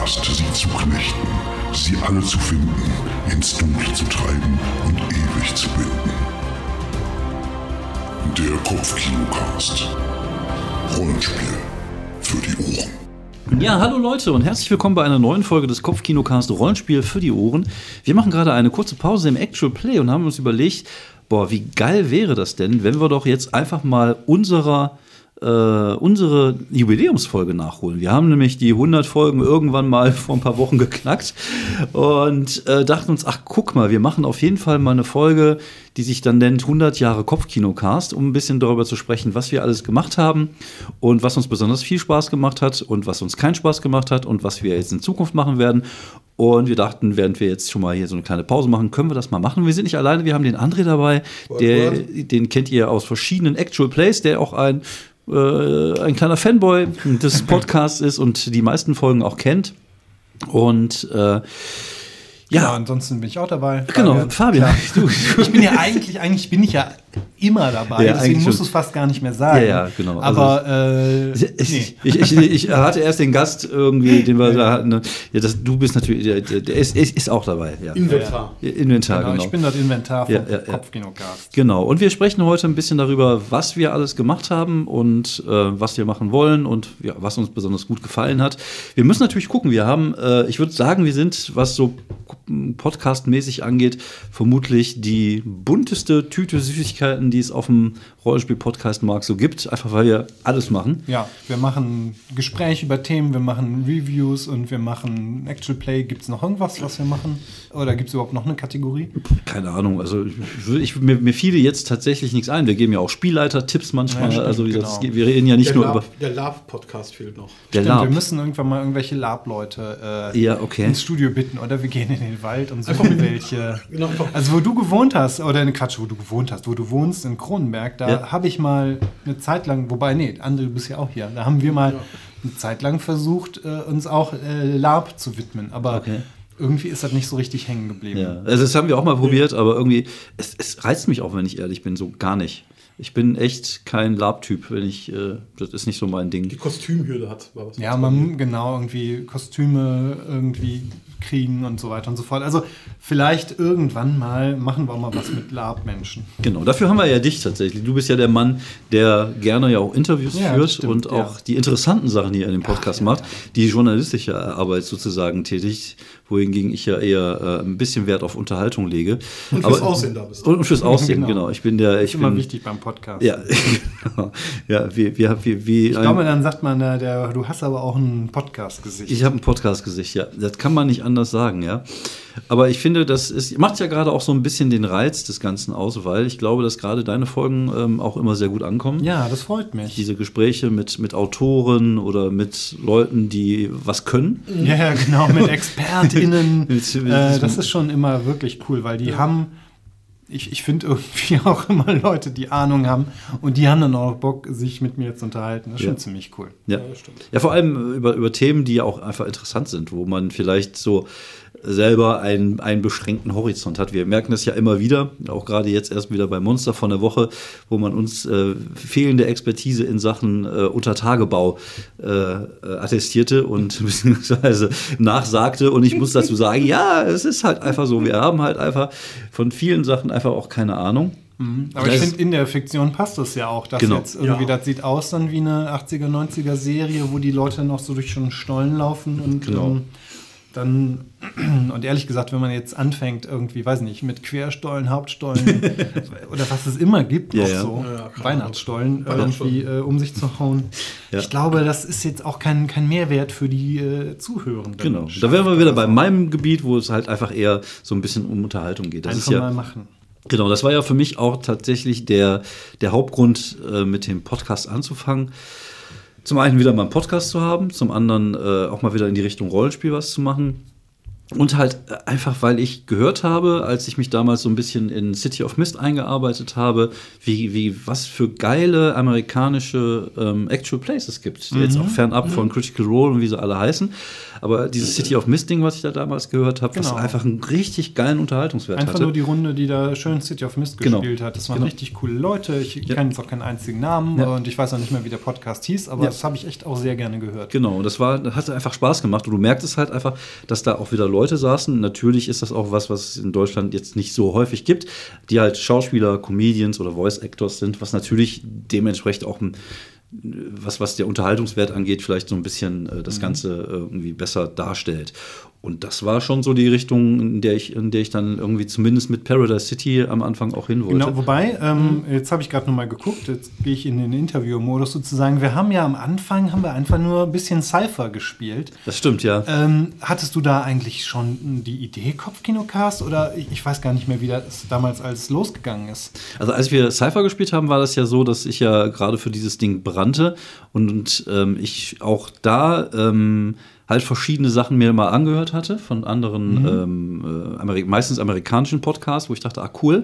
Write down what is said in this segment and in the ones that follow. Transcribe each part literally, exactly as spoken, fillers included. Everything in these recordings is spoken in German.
Last, sie zu knechten, sie alle zu finden, ins Dunkle zu treiben und ewig zu binden. Der Kopfkinocast. Rollenspiel für die Ohren. Ja, hallo Leute und herzlich willkommen bei einer neuen Folge des Kopfkinocast Rollenspiel für die Ohren. Wir machen gerade eine kurze Pause im Actual Play und haben uns überlegt, boah, wie geil wäre das denn, wenn wir doch jetzt einfach mal unserer Äh, unsere Jubiläumsfolge nachholen. Wir haben nämlich die hundert Folgen irgendwann mal vor ein paar Wochen geknackt und äh, dachten uns, ach guck mal, wir machen auf jeden Fall mal eine Folge, die sich dann nennt hundert Jahre Kopfkinocast, um ein bisschen darüber zu sprechen, was wir alles gemacht haben und was uns besonders viel Spaß gemacht hat und was uns keinen Spaß gemacht hat und was wir jetzt in Zukunft machen werden. Und wir dachten, während wir jetzt schon mal hier so eine kleine Pause machen, können wir das mal machen. Wir sind nicht alleine, wir haben den André dabei, der, den kennt ihr aus verschiedenen Actual Plays, der auch ein ein kleiner Fanboy des Podcasts ist und die meisten Folgen auch kennt. Und äh, ja, ja, ansonsten bin ich auch dabei. Genau, Fabian. Fabian. Du, du. Ich bin ja eigentlich, eigentlich bin ich ja immer dabei, ja, deswegen musst du es fast gar nicht mehr sagen. Ja, ja, genau. Aber äh, ich, nee. ich, ich, ich hatte erst den Gast irgendwie, den wir da hatten. Ja, das, du bist natürlich, der, der ist, ist auch dabei. Ja. Inventar. Ja, Inventar, genau, genau. Ich bin das Inventar vom ja, ja, ja. Kopfkinocast. Genau. Und wir sprechen heute ein bisschen darüber, was wir alles gemacht haben und äh, was wir machen wollen und ja, was uns besonders gut gefallen hat. Wir müssen natürlich gucken. Wir haben, äh, ich würde sagen, wir sind, was so podcastmäßig angeht, vermutlich die bunteste Tüte Süßigkeiten, die es auf dem Rollenspiel-Podcast-Markt so gibt, einfach weil wir alles machen. Ja, wir machen Gespräche über Themen, wir machen Reviews und wir machen Actual Play. Gibt es noch irgendwas, was wir machen? Oder gibt es überhaupt noch eine Kategorie? Keine Ahnung, also ich, ich, mir, mir fiel jetzt tatsächlich nichts ein. Wir geben ja auch Spielleiter-Tipps manchmal. Ja, stimmt, also wie gesagt, genau. Wir reden ja nicht der nur Lab, über... Der Lab-Podcast fehlt noch. Der Stimmt, Lab. Wir müssen irgendwann mal irgendwelche Lab-Leute äh, ja, okay. ins Studio bitten oder wir gehen in den Wald und suchen welche. Genau, also wo du gewohnt hast, oder in Quatsch, wo du gewohnt hast, wo du wohnst in Kronenberg, da ja. habe ich mal eine Zeit lang, wobei, nee, André, du bist ja auch hier, da haben wir mal ja. eine Zeit lang versucht, äh, uns auch äh, Lab zu widmen, aber okay. irgendwie ist das nicht so richtig hängen geblieben. Ja. Also das haben wir auch mal probiert, aber irgendwie, es, es reizt mich auch, wenn ich ehrlich bin, so gar nicht. Ich bin echt kein Lab-Typ, wenn ich, äh, das ist nicht so mein Ding. Die Kostümhürde hat, war was. Ja, man, genau, irgendwie Kostüme irgendwie kriegen und so weiter und so fort. Also vielleicht irgendwann mal machen wir mal was mit Lab-Menschen. Genau, dafür haben wir ja dich tatsächlich. Du bist ja der Mann, der gerne ja auch Interviews ja, führt stimmt, und auch ja. die die interessanten Sachen hier in dem Podcast ja, macht, ja, ja. die journalistische Arbeit sozusagen tätigt, wohingegen ich ja eher äh, ein bisschen Wert auf Unterhaltung lege. Und fürs Aber, Aussehen da bist du. Und fürs Aussehen, genau. genau. Ich bin der... Ich bin immer wichtig beim Podcast. Ja, genau. Ja, wie, wie, wie, wie ich glaube, dann sagt man, der, der, du hast aber auch ein Podcast-Gesicht. Ich habe ein Podcast-Gesicht, ja. Das kann man nicht anders sagen, ja. Aber ich finde, das ist, macht ja gerade auch so ein bisschen den Reiz des Ganzen aus, weil ich glaube, dass gerade deine Folgen ähm, auch immer sehr gut ankommen. Ja, das freut mich. Diese Gespräche mit, mit Autoren oder mit Leuten, die was können. Ja, genau, mit ExpertInnen. mit, mit, äh, das ist schon immer wirklich cool, weil die ja. haben, ich, ich finde irgendwie auch immer Leute, die Ahnung haben und die haben dann auch Bock, sich mit mir zu unterhalten. Das ist ja. schon ziemlich cool. Ja, ja, das stimmt. Ja, vor allem über, über Themen, die ja auch einfach interessant sind, wo man vielleicht so selber einen, einen beschränkten Horizont hat. Wir merken das ja immer wieder, auch gerade jetzt erst wieder bei Monster von der Woche, wo man uns äh, fehlende Expertise in Sachen äh, Untertagebau äh, attestierte und beziehungsweise nachsagte. Und ich muss dazu sagen, ja, es ist halt einfach so. Wir haben halt einfach von vielen Sachen einfach auch keine Ahnung. Mhm. Aber das ich finde, in der Fiktion passt das ja auch. Dass genau. jetzt irgendwie, ja. das sieht aus dann wie eine achtziger, neunziger Serie, wo die Leute noch so durch so einen Stollen laufen und genau. ähm, dann, und ehrlich gesagt, wenn man jetzt anfängt, irgendwie, weiß nicht, mit Querstollen, Hauptstollen oder was es immer gibt, ja, auch ja. so ja, Weihnachtsstollen irgendwie äh, um sich zu hauen. Ja. Ich glaube, das ist jetzt auch kein, kein Mehrwert für die äh, Zuhörenden. Genau, da wären wir wieder bei meinem Gebiet, wo es halt einfach eher so ein bisschen um Unterhaltung geht. Das Einfach ist ja, mal machen. Genau, das war ja für mich auch tatsächlich der, der Hauptgrund, äh, mit dem Podcast anzufangen. Zum einen wieder mal einen Podcast zu haben, zum anderen äh, auch mal wieder in die Richtung Rollenspiel was zu machen. Und halt einfach, weil ich gehört habe, als ich mich damals so ein bisschen in City of Mist eingearbeitet habe, wie, wie was für geile amerikanische ähm, Actual Plays es gibt. Mhm. Jetzt auch fernab mhm. von Critical Role und wie sie alle heißen. Aber dieses City of Mist-Ding, was ich da damals gehört habe, genau. was einfach einen richtig geilen Unterhaltungswert einfach hatte. Einfach nur die Runde, die da schön City of Mist genau. gespielt hat. Das waren genau. richtig coole Leute. Ich ja. kenne jetzt auch keinen einzigen Namen ja. und ich weiß auch nicht mehr, wie der Podcast hieß, aber ja. das habe ich echt auch sehr gerne gehört. Genau, und das war, das hat einfach Spaß gemacht. Und du merkst es halt einfach, dass da auch wieder Leute saßen. Natürlich ist das auch was, was es in Deutschland jetzt nicht so häufig gibt, die halt Schauspieler, Comedians oder Voice Actors sind, was natürlich dementsprechend auch ein was, was der Unterhaltungswert angeht, vielleicht so ein bisschen äh, das Ganze äh, irgendwie besser darstellt. Und das war schon so die Richtung, in der ich, in der ich dann irgendwie zumindest mit Paradise City am Anfang auch hin wollte. Genau, wobei, ähm, jetzt habe ich gerade noch mal geguckt, jetzt gehe ich in den Interview-Modus sozusagen. Wir haben ja am Anfang, haben wir einfach nur ein bisschen Cypher gespielt. Das stimmt, ja. Ähm, hattest du da eigentlich schon die Idee, Kopfkinocast? Oder ich, ich weiß gar nicht mehr, wie das damals alles losgegangen ist. Also als wir Cypher gespielt haben, war das ja so, dass ich ja gerade für dieses Ding brannte und, und ähm, ich auch da ähm, halt verschiedene Sachen mir mal angehört hatte von anderen, mhm. ähm, äh, Ameri- meistens amerikanischen Podcasts, wo ich dachte, ah cool,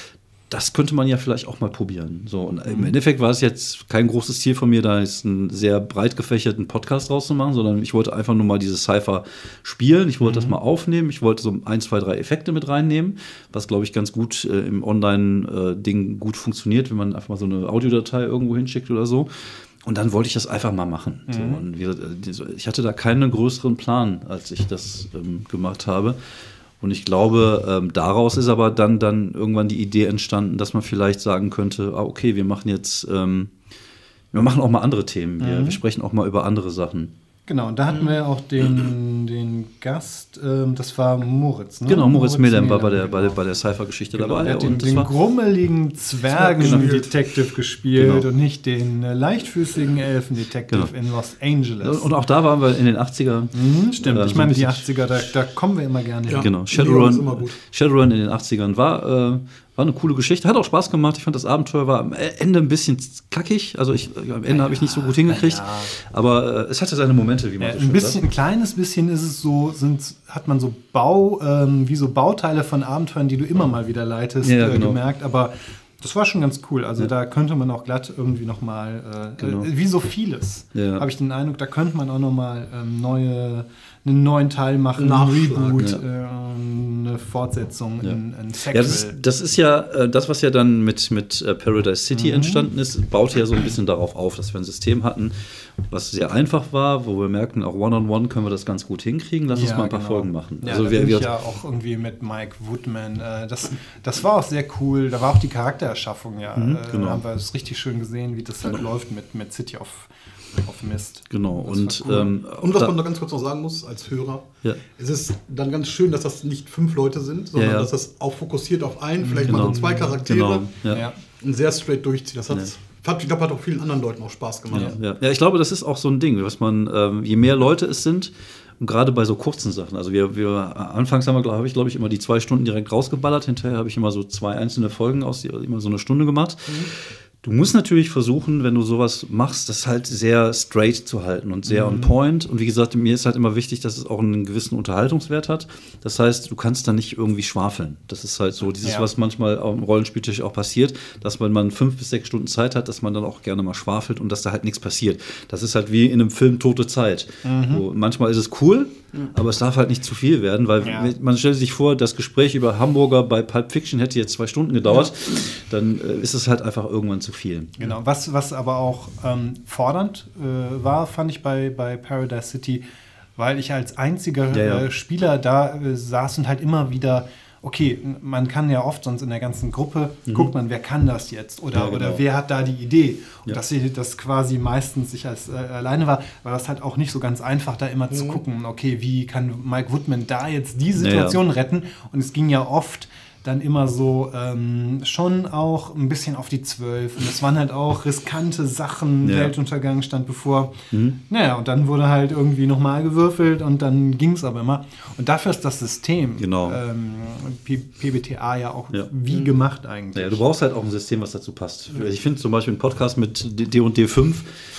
das könnte man ja vielleicht auch mal probieren. So, und mhm. im Endeffekt war es jetzt kein großes Ziel von mir, da jetzt einen sehr breit gefächerten Podcast rauszumachen, sondern ich wollte einfach nur mal dieses Cypher spielen. Ich wollte mhm. das mal aufnehmen. Ich wollte so ein, zwei, drei Effekte mit reinnehmen, was, glaube ich, ganz gut äh, im Online-Ding äh, gut funktioniert, wenn man einfach mal so eine Audiodatei irgendwo hinschickt oder so. Und dann wollte ich das einfach mal machen. Mhm. So, und wir, ich hatte da keinen größeren Plan, als ich das ähm, gemacht habe. Und ich glaube, ähm, daraus ist aber dann, dann irgendwann die Idee entstanden, dass man vielleicht sagen könnte, ah, okay, wir machen jetzt, ähm, wir machen auch mal andere Themen. Wir, mhm. wir sprechen auch mal über andere Sachen. Genau, und da hatten wir auch den, den Gast, ähm, das war Moritz, ne? Genau, Moritz, Moritz Melem war bei der, genau. bei der, bei der Cypher-Geschichte genau, dabei. Er hat den, den grummeligen Zwergen-Detective gespielt genau. und nicht den äh, leichtfüßigen Elfen-Detective genau. in Los Angeles. Und auch da waren wir in den achtzigern. Mhm, stimmt, äh, ich meine, die achtziger, da, da kommen wir immer gerne hin. Ja. Genau, Shadowrun, Shadowrun in den achtzigern war... Äh, War eine coole Geschichte, hat auch Spaß gemacht. Ich fand, das Abenteuer war am Ende ein bisschen kackig. Also ich, am Ende ja, habe ich nicht so gut hingekriegt. Ja. Aber äh, es hatte seine Momente, wie man ja, so schön ein bisschen, sagt. Ein kleines bisschen ist es so, sind, hat man so Bau, ähm, wie so Bauteile von Abenteuern, die du immer mal wieder leitest, ja, äh, genau. gemerkt. Aber das war schon ganz cool. Also ja. da könnte man auch glatt irgendwie noch mal, äh, genau. äh, wie so vieles, ja. habe ich den Eindruck, da könnte man auch noch mal ähm, neue... einen neuen Teil machen, ein Reboot, ja. äh, eine Fortsetzung, ja. ein, ein Sequel. Ja, das, das ist ja äh, das, was ja dann mit, mit äh, Paradise City mhm. entstanden ist, baute ja so ein bisschen darauf auf, dass wir ein System hatten, was sehr einfach war, wo wir merken, auch One-on-One können wir das ganz gut hinkriegen, lass ja, uns mal ein paar genau. Folgen machen. Ja, also da wir, bin ich ja auch irgendwie mit Mike Woodman, äh, das, das war auch sehr cool, da war auch die Charaktererschaffung, ja, mhm, äh, genau. da haben wir es richtig schön gesehen, wie das halt genau. läuft mit, mit City of auf Mist. Genau. Und, cool. ähm, und was man da ganz kurz noch sagen muss, als Hörer, ja. es ist dann ganz schön, dass das nicht fünf Leute sind, sondern ja, ja. dass das auch fokussiert auf einen, vielleicht genau. mal so zwei Charaktere genau. ja. Ja. und sehr straight durchzieht. Das hat, ja. ich glaube, hat auch vielen anderen Leuten auch Spaß gemacht. Ja, ja. ja, ich glaube, das ist auch so ein Ding, was man, ähm, je mehr Leute es sind, und gerade bei so kurzen Sachen, also wir, wir anfangs haben wir, glaube ich, glaube ich, immer die zwei Stunden direkt rausgeballert, hinterher habe ich immer so zwei einzelne Folgen aus, immer so eine Stunde gemacht. Mhm. Du musst natürlich versuchen, wenn du sowas machst, das halt sehr straight zu halten und sehr mhm. on point. Und wie gesagt, mir ist halt immer wichtig, dass es auch einen gewissen Unterhaltungswert hat. Das heißt, du kannst da nicht irgendwie schwafeln. Das ist halt so dieses, ja. was manchmal am Rollenspieltisch auch passiert, dass wenn man fünf bis sechs Stunden Zeit hat, dass man dann auch gerne mal schwafelt und dass da halt nichts passiert. Das ist halt wie in einem Film Tote Zeit. Mhm. Wo manchmal ist es cool, mhm. aber es darf halt nicht zu viel werden, weil ja. man stellt sich vor, das Gespräch über Hamburger bei Pulp Fiction hätte jetzt zwei Stunden gedauert. Ja. Dann äh, ist es halt einfach irgendwann zu viel. Genau, was, was aber auch ähm, fordernd äh, war, fand ich bei, bei Paradise City, weil ich als einziger ja, ja. Äh, Spieler da äh, saß und halt immer wieder, okay, man kann ja oft sonst in der ganzen Gruppe, mhm. guckt man, wer kann das jetzt oder, ja, genau. oder wer hat da die Idee. Und ja. dass ich das quasi meistens ich als äh, alleine war, war das halt auch nicht so ganz einfach, da immer mhm. zu gucken, okay, wie kann Mike Woodman da jetzt die Situation ja, ja. retten? Und es ging ja oft dann immer so ähm, schon auch ein bisschen auf die Zwölf. Und es waren halt auch riskante Sachen, ja. Weltuntergang stand bevor. Mhm. Naja, und dann wurde halt irgendwie nochmal gewürfelt und dann ging es aber immer. Und dafür ist das System, genau. ähm, P B T A ja auch ja. wie mhm. gemacht eigentlich. Ja, du brauchst halt auch ein System, was dazu passt. Ich finde zum Beispiel einen Podcast mit D und D fünf,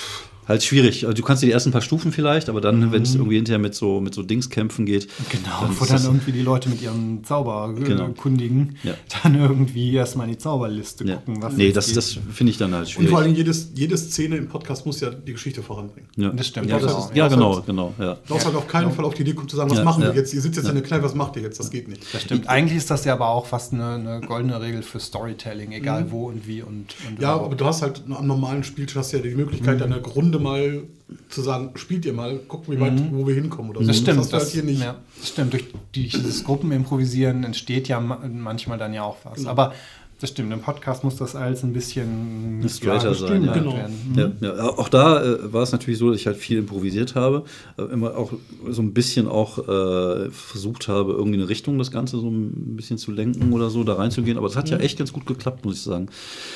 halt schwierig. Also du kannst dir die ersten paar Stufen vielleicht, aber dann, mhm. wenn es irgendwie hinterher mit so, mit so Dingskämpfen geht. Genau, dann wo dann irgendwie die Leute mit ihren Zauberkundigen genau. ja. dann irgendwie erstmal in die Zauberliste ja. gucken. Was nee, das, das finde ich dann halt schwierig. Und vor allem jedes, jede Szene im Podcast muss ja die Geschichte voranbringen. Ja, das stimmt. Ja, das ist, ja genau, genau. Ja. Du darfst halt auf keinen ja. Fall auf die Idee kommen zu sagen, was ja, machen wir ja. jetzt? Ihr sitzt jetzt ja. in der Kneipe, was macht ihr jetzt? Das geht nicht. Das stimmt. Eigentlich ist das ja aber auch fast eine, eine goldene Regel für Storytelling, egal mhm. wo und wie und, und ja, aber du hast halt am normalen Spiel hast ja die Möglichkeit, mhm. eine Runde mal zu sagen, spielt ihr mal, gucken, wie weit, mhm. wo wir hinkommen. Oder so. Das stimmt. Das, das, halt hier nicht. Ja, das stimmt. Durch dieses Gruppenimprovisieren entsteht ja manchmal dann ja auch was. Genau. Aber das stimmt, im Podcast muss das alles ein bisschen straighter ja, sein. Ja. Genau. Mhm. Ja, ja. Auch da äh, war es natürlich so, dass ich halt viel improvisiert habe, äh, immer auch so ein bisschen auch äh, versucht habe, irgendwie eine Richtung das Ganze so ein bisschen zu lenken oder so, da reinzugehen. Aber das hat mhm. ja echt ganz gut geklappt, muss ich sagen.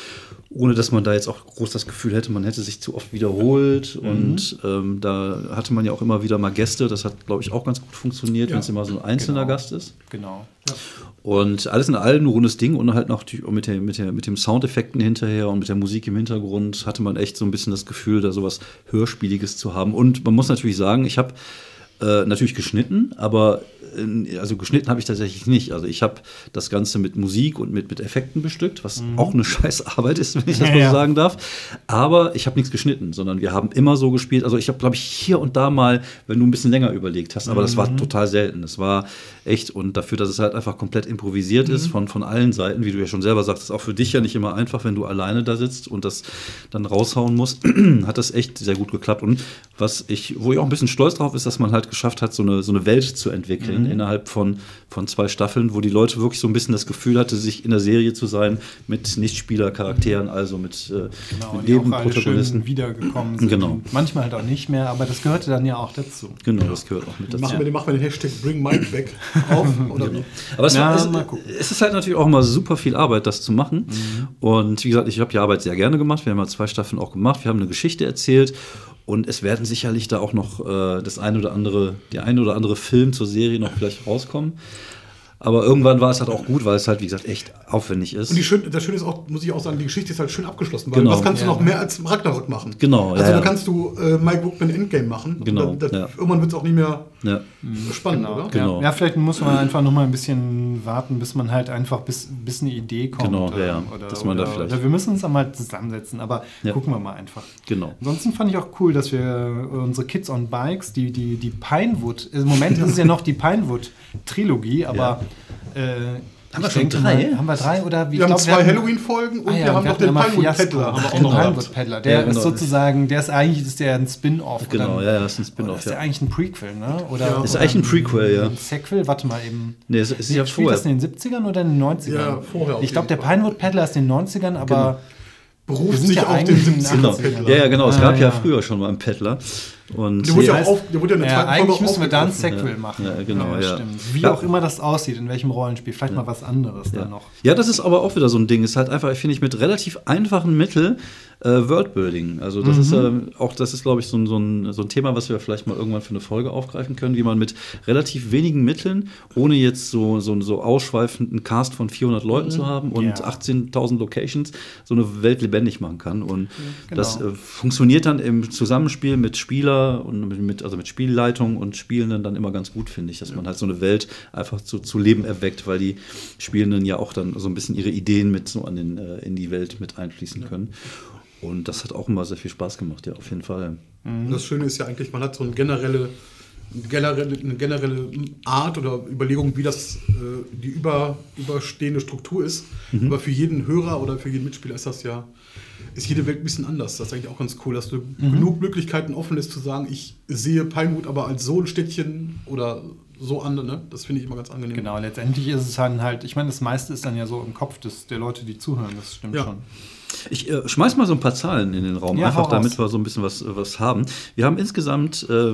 Ohne dass man da jetzt auch groß das Gefühl hätte, man hätte sich zu oft wiederholt. Mhm. Und ähm, da hatte man ja auch immer wieder mal Gäste. Das hat, glaube ich, auch ganz gut funktioniert, ja. wenn es immer so ein einzelner genau. Gast ist. Genau. Ja. Und alles in allem ein rundes Ding und halt noch die, mit, der, mit, der, mit dem Soundeffekten hinterher und mit der Musik im Hintergrund hatte man echt so ein bisschen das Gefühl, da sowas Hörspieliges zu haben. Und man muss natürlich sagen, ich habe äh, natürlich geschnitten, aber also geschnitten habe ich tatsächlich nicht. Also ich habe das Ganze mit Musik und mit, mit Effekten bestückt, was mhm. auch eine scheiß Arbeit ist, wenn ich das ja, mal so ja. sagen darf. Aber ich habe nichts geschnitten, sondern wir haben immer so gespielt. Also ich habe, glaube ich, hier und da mal, wenn du ein bisschen länger überlegt hast, aber mhm. das war total selten. Das war echt, und dafür, dass es halt einfach komplett improvisiert mhm. ist von, von allen Seiten, wie du ja schon selber sagst, ist auch für dich ja nicht immer einfach, wenn du alleine da sitzt und das dann raushauen musst, hat das echt sehr gut geklappt. Und was ich, wo ich auch ein bisschen stolz drauf ist, dass man halt geschafft hat, so eine, so eine Welt zu entwickeln, mhm. innerhalb von, von zwei Staffeln, wo die Leute wirklich so ein bisschen das Gefühl hatten, sich in der Serie zu sein mit Nichtspielercharakteren, also mit, äh, genau, mit Nebenprotagonisten wiedergekommen sind. Genau. Manchmal halt auch nicht mehr, aber das gehörte dann ja auch dazu. Genau, das gehört auch mit dazu. Machen wir, ja. machen wir den Hashtag Bring Mike Back auf. Oder genau. Aber es, ja, es, es ist halt natürlich auch immer super viel Arbeit, das zu machen. Mhm. Und wie gesagt, ich habe die Arbeit sehr gerne gemacht. Wir haben ja zwei Staffeln auch gemacht. Wir haben eine Geschichte erzählt. Und es werden sicherlich da auch noch äh, das eine oder andere, der eine oder andere Film zur Serie noch vielleicht rauskommen. Aber irgendwann war es halt auch gut, weil es halt, wie gesagt, echt aufwendig ist. Und die schön, das Schöne ist auch, muss ich auch sagen, die Geschichte ist halt schön abgeschlossen. Weil genau. was kannst ja. du noch mehr als Ragnarök machen? Genau, Also ja, da ja. kannst du äh, Mike Bookman Endgame machen. Genau. Das, ja. Irgendwann wird es auch nicht mehr ja. spannend, genau. oder? Genau. Ja, vielleicht muss man einfach noch mal ein bisschen warten, bis man halt einfach bis, bis eine Idee kommt. Genau, ja, ja. Oder, dass man oder, da vielleicht. oder wir müssen uns einmal zusammensetzen, aber ja. gucken wir mal einfach. Genau. Ansonsten fand ich auch cool, dass wir unsere Kids on Bikes, die, die, die Pinewood, im Moment ist es ja noch die Pinewood-Trilogie, aber ja. äh, haben wir schon drei? Mal, haben wir drei? Oder wie, wir ich haben glaub, zwei Halloween-Folgen und ah, ja, wir haben noch den Pinewood-Peddler. Den Pinewood-Peddler. Der ja, genau. ist sozusagen, der ist eigentlich ist der ein Spin-Off. Genau, oder, ja, das ist ein Spin-Off. Ist der ja. eigentlich ein Prequel, ne? Oder, ja. oder ist eigentlich ein Prequel, ja. Ein Sequel? Warte mal eben. Nee, es ist ja Spielt vorher. das in den siebzigern oder in den neunzigern? Ja, vorher. Ich glaube, der Pinewood-Peddler ist in den neunzigern, aber... Genau. Beruft sich ja auf den siebzigern. Genau. Ja, ja, genau. Ah, es gab ja. ja früher schon mal einen Peddler. Und der wurde ja, auf, der wurde ja, eine ja eigentlich müssen wir da ein Sequel Sequel machen. Ja, genau, ja. Ja, stimmt. Wie ja. auch immer das aussieht, in welchem Rollenspiel. Vielleicht ja. mal was anderes ja. dann noch. Ja, das ist aber auch wieder so ein Ding. Ist halt einfach, finde ich, mit relativ einfachen Mitteln äh, Worldbuilding. Also das mhm. ist äh, auch, das ist, glaube ich, so ein, so, ein, so ein Thema, was wir vielleicht mal irgendwann für eine Folge aufgreifen können, wie man mit relativ wenigen Mitteln, ohne jetzt so, so, so ausschweifenden Cast von vierhundert Leuten mhm. zu haben und ja. achtzehntausend Locations, so eine Welt lebendig machen kann. Und genau. das äh, funktioniert dann im Zusammenspiel mit Spieler und mit also mit Spielleitung und Spielenden dann immer ganz gut, finde ich, dass man halt so eine Welt einfach zu, zu Leben erweckt, weil die Spielenden ja auch dann so ein bisschen ihre Ideen mit so an den, äh, in die Welt mit einfließen können. Und das hat auch immer sehr viel Spaß gemacht, ja, auf jeden Fall. Mhm. Das Schöne ist ja eigentlich, man hat so eine generelle, generelle, eine generelle Art oder Überlegung, wie das äh, die über, überstehende Struktur ist. Mhm. Aber für jeden Hörer oder für jeden Mitspieler ist das ja ist jede Welt ein bisschen anders. Das ist eigentlich auch ganz cool, dass du mhm. genug Möglichkeiten offen ist, zu sagen, ich sehe Pinewood aber als so ein Städtchen oder so an, ne? Das finde ich immer ganz angenehm. Genau, letztendlich ist es dann halt, ich meine, das meiste ist dann ja so im Kopf des, der Leute, die zuhören, das stimmt ja. schon. Ich äh, schmeiß mal so ein paar Zahlen in den Raum, ja, einfach damit wir so ein bisschen was, was haben. Wir haben insgesamt äh,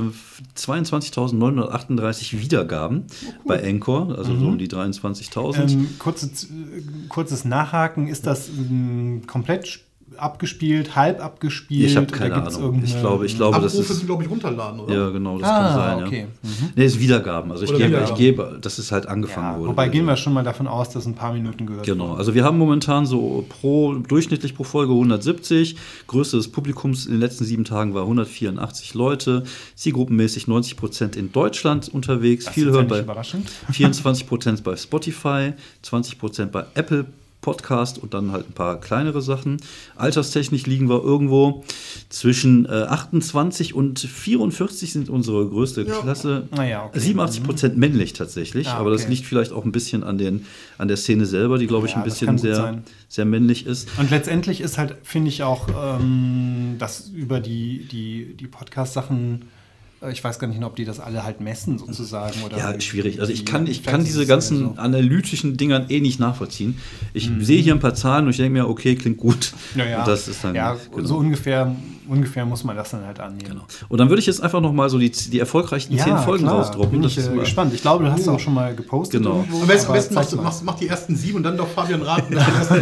zweiundzwanzigtausendneunhundertachtunddreißig Wiedergaben oh, cool. bei Anchor, also mhm. so um die dreiundzwanzigtausend. Ähm, kurze, kurzes Nachhaken, ist das ein komplett abgespielt, halb abgespielt? Ich habe keine Ahnung. Ich glaube, ich glaube, das ist... sind, glaube ich, runterladen, oder? Ja, genau, das ah, kann sein. Okay. Ja. Mhm. Nee, es ist Wiedergaben. Also ich Oder gebe, Wiedergaben. ich gebe, das ist halt angefangen Ja, wurde. wobei gehen wir schon mal davon aus, dass ein paar Minuten gehört Genau, wurden. also wir haben momentan so pro durchschnittlich pro Folge hundertsiebzig. Größe des Publikums in den letzten sieben Tagen war hundertvierundachtzig Leute. Zielgruppenmäßig neunzig Prozent in Deutschland unterwegs. Das Viele ist ja hören nicht bei überraschend. vierundzwanzig Prozent bei Spotify, zwanzig Prozent bei Apple Podcast und dann halt ein paar kleinere Sachen. Alterstechnisch liegen wir irgendwo zwischen äh, achtundzwanzig und vierundvierzig sind unsere größte Ja. Klasse. Naja, okay. siebenundachtzig Prozent männlich tatsächlich, Ah, aber das okay. liegt vielleicht auch ein bisschen an, den, an der Szene selber, die, glaube ich, Ja, ein das bisschen kann gut sehr, sein. sehr männlich ist. Und letztendlich ist halt, finde ich auch, ähm, dass über die, die, die Podcast-Sachen, äh, ich weiß gar nicht, ob die das alle halt messen sozusagen. Oder Ja, schwierig. Also ich die- kann, ich vielleicht kann ist diese es ganzen so. analytischen Dingern eh nicht nachvollziehen. Ich Mhm. sehe hier ein paar Zahlen und ich denke mir, okay, klingt gut. Ja, ja. Und das ist dann, ja genau. so ungefähr, ungefähr muss man das dann halt annehmen. Genau. Und dann würde ich jetzt einfach noch mal so die, die erfolgreichsten zehn Folgen klar, rausdroppen. Bin ich Das ist äh, mal- gespannt. Ich glaube, du hast Uh. auch schon mal gepostet. Genau. irgendwo, Am besten, am aber besten machst, zeig du, mal. machst, mach die ersten sieben und dann doch Fabian raten.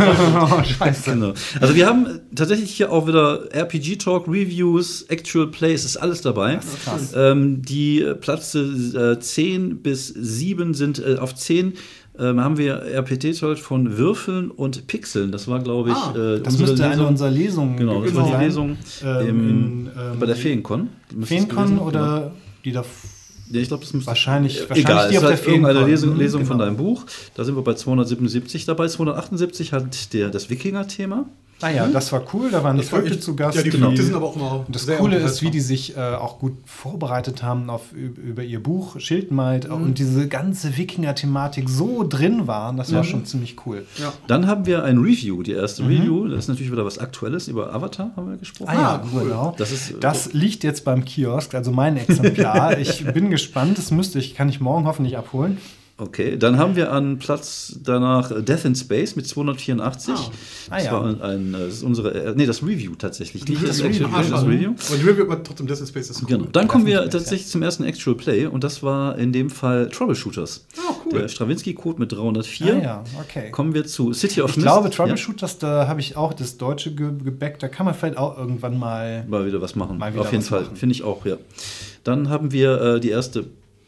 Oh, scheiße. Genau. Also wir haben tatsächlich hier auch wieder R P G-Talk, Reviews, Actual Plays, ist alles dabei. Das ist krass. Ähm, die Plätze äh, zehn bis sieben sind äh, auf zehn. Ähm, haben wir R P T-Talk von Würfeln und Pixeln. Das war, glaube ich, Ah, äh, Das unsere müsste eine Lesung. unserer Lesungen Genau, das gewesen war die sein. Lesung Ähm, im, in, ähm, bei der Feencon. Müsste es Feencon gewesen- oder Genau. die da. Ja, ich glaube, das müsste Wahrscheinlich- Egal, wahrscheinlich die es auf ist der halt irgendeine Feencon. Lesung, Mhm, Lesung von genau. deinem Buch. Da sind wir bei zweihundertsiebenundsiebzig dabei. zweihundertachtundsiebzig hat der, das Wikinger-Thema. Naja, das war cool. Da waren die Das war Leute echt- zu Gast. Ja, die Genau. Punkte sind aber auch immer Und das sehr Coole ist, wie unterhaltsam. die sich äh, auch gut vorbereitet haben auf, über ihr Buch Schildmaid und diese ganze Wikinger-Thematik so drin waren. Das war schon ziemlich cool. Ja. Dann haben wir ein Review, die Mhm. erste Review. Das ist natürlich wieder was Aktuelles. Über Avatar haben wir gesprochen. Ah ja, Ah, cool. genau. Das ist- das liegt jetzt beim Kiosk, also mein Exemplar. Ich bin gespannt. Das müsste ich, kann ich morgen hoffentlich abholen. Okay, dann haben wir an Platz danach Death in Space mit zweihundertvierundachtzig. Ah, das ja. war ein, ein das ist unsere, äh, nee, das Review tatsächlich. Nicht das, Das Actual Review, Play, das ah, Review. Aber die Review aber trotzdem Death in Space ist cool. Genau. Dann kommen wir Death in Space, tatsächlich zum ersten Actual Play und das war in dem Fall Troubleshooters. Ah, cool. Der Stravinsky-Code mit dreihundertvier. Ah ja, okay. Kommen wir zu City of Ich Mist. glaube, Ja. Troubleshooters, da habe ich auch das deutsche Ge Gebäck. Da kann man vielleicht auch irgendwann mal. Mal wieder was machen. Mal wieder Auf jeden was Fall, machen. finde ich auch, ja. Dann haben wir äh, die erste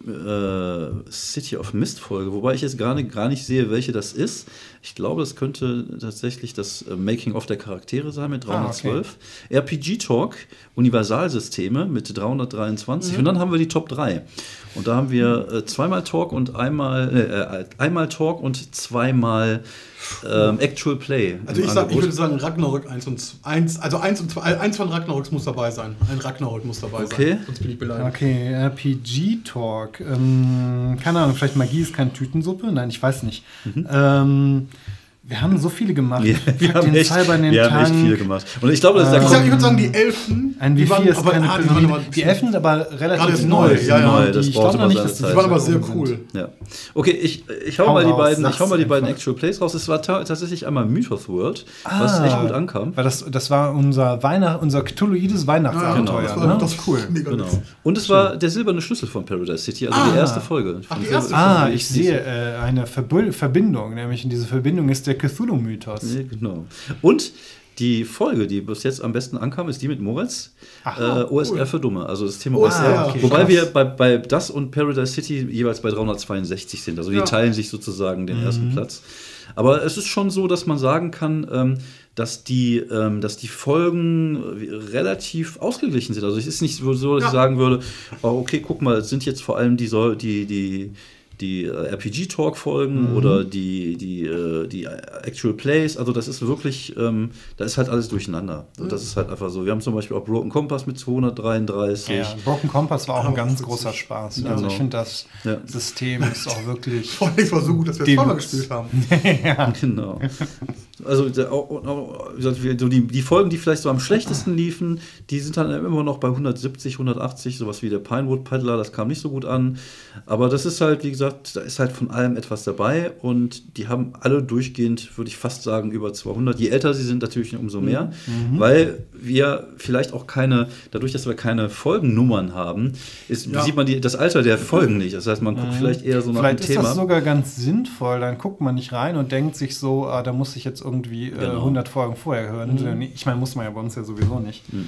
äh, City of Mist Folge, wobei ich jetzt gar nicht, gar nicht sehe, welche das ist. Ich glaube, das könnte tatsächlich das äh, Making-of der Charaktere sein mit dreihundertzwölf. R P G-Talk, Universalsysteme mit dreihundertdreiundzwanzig. Und dann haben wir die Top drei. Und da haben wir äh, zweimal Talk und einmal, äh, äh, einmal Talk und zweimal ähm, Actual Play. Also im ich, sag, ich Angebot. würde sagen Ragnarök eins und eins, also eins und zwei, eins von Ragnaroks muss dabei sein. Ein Ragnarök muss dabei Okay. sein. Sonst bin ich beleidigt. Okay, R P G-Talk. Ähm, keine Ahnung, vielleicht Magie ist keine Tütensuppe? Nein, ich weiß nicht. Ähm, wir haben so viele gemacht. Ja, wir Fuck haben, den echt, Cyber in den wir haben echt Tank. viele gemacht. Und ich glaube, das ist der Äh, Ich, sag, ich Kom- würde sagen, die Elfen. Ein die W vier waren ist aber- keine ah, die Pyramide. waren aber- Die Elfen sind aber relativ Gerade ist neu. neu, ja, ja. Neu, Die- das ich braucht glaube noch aber nicht, seine dass Zeit. Die waren aber so sehr oben sind. cool. Ja. Okay, ich, ich hau Hau mal die raus, beiden, ich sag's hau mal die beiden einfach. Actual Plays raus. Es war ta tatsächlich einmal Mythos World, was Ah, echt gut ankam. Weil das, das war unser, Weihnacht, unser Cthulhuides Weihnachtsabenteuer. das war ne? das cool. Mega Genau. nett. Und es war der silberne Schlüssel von Paradise City, also die Ah. erste Folge. Ach, die Von erste Silber- Ah, von ich sehe äh, eine Verbu Verbindung, nämlich in diese Verbindung ist der Cthulhu-Mythos. Ja, genau. Und die Folge, die bis jetzt am besten ankam, ist die mit Moritz. Ach, äh, O S R cool. für Dumme, also das Thema Oh, O S R. ah, okay, Wobei krass. wir bei, bei das und Paradise City jeweils bei dreihundertzweiundsechzig sind. Also die Ja. teilen sich sozusagen den Mhm. ersten Platz. Aber es ist schon so, dass man sagen kann, ähm, dass, die, ähm, dass die Folgen relativ ausgeglichen sind. Also es ist nicht so, so, dass Ja. ich sagen würde, oh, okay, guck mal, es sind jetzt vor allem die, Säu- die, die die äh, R P G-Talk-Folgen Mhm. oder die, die, äh, die Actual Plays, also das ist wirklich, ähm, da ist halt alles durcheinander. Und das ist halt einfach so. Wir haben zum Beispiel auch Broken Compass mit zweihundertdreiunddreißig. Ja, Broken Compass war auch ein Aber ganz witzig. großer Spaß. Genau. Also ich finde, das Ja. System ist auch wirklich. Vor allem, es war so gut, dass wir es Die- zweimal gespielt haben. ja. Genau. Also der, auch, auch, wie gesagt, wir- so die, die Folgen, die vielleicht so am schlechtesten liefen, die sind dann immer noch bei hundertsiebzig, hundertachtzig, sowas wie der Pinewood Peddler, das kam nicht so gut an. Aber das ist halt, wie gesagt, da ist halt von allem etwas dabei und die haben alle durchgehend, würde ich fast sagen, über zweihundert. Je älter sie sind, natürlich umso mehr, weil wir vielleicht auch keine, dadurch, dass wir keine Folgennummern haben, ist, Ja. sieht man die, das Alter der Folgen nicht. Das heißt, man guckt vielleicht eher so nach Vielleicht dem ist Thema. das sogar ganz sinnvoll. Dann guckt man nicht rein und denkt sich so, ah, da muss ich jetzt irgendwie irgendwie äh, Genau. hundert Folgen vorher hören. Mhm. Ich meine, muss man ja bei uns ja sowieso nicht. Mhm.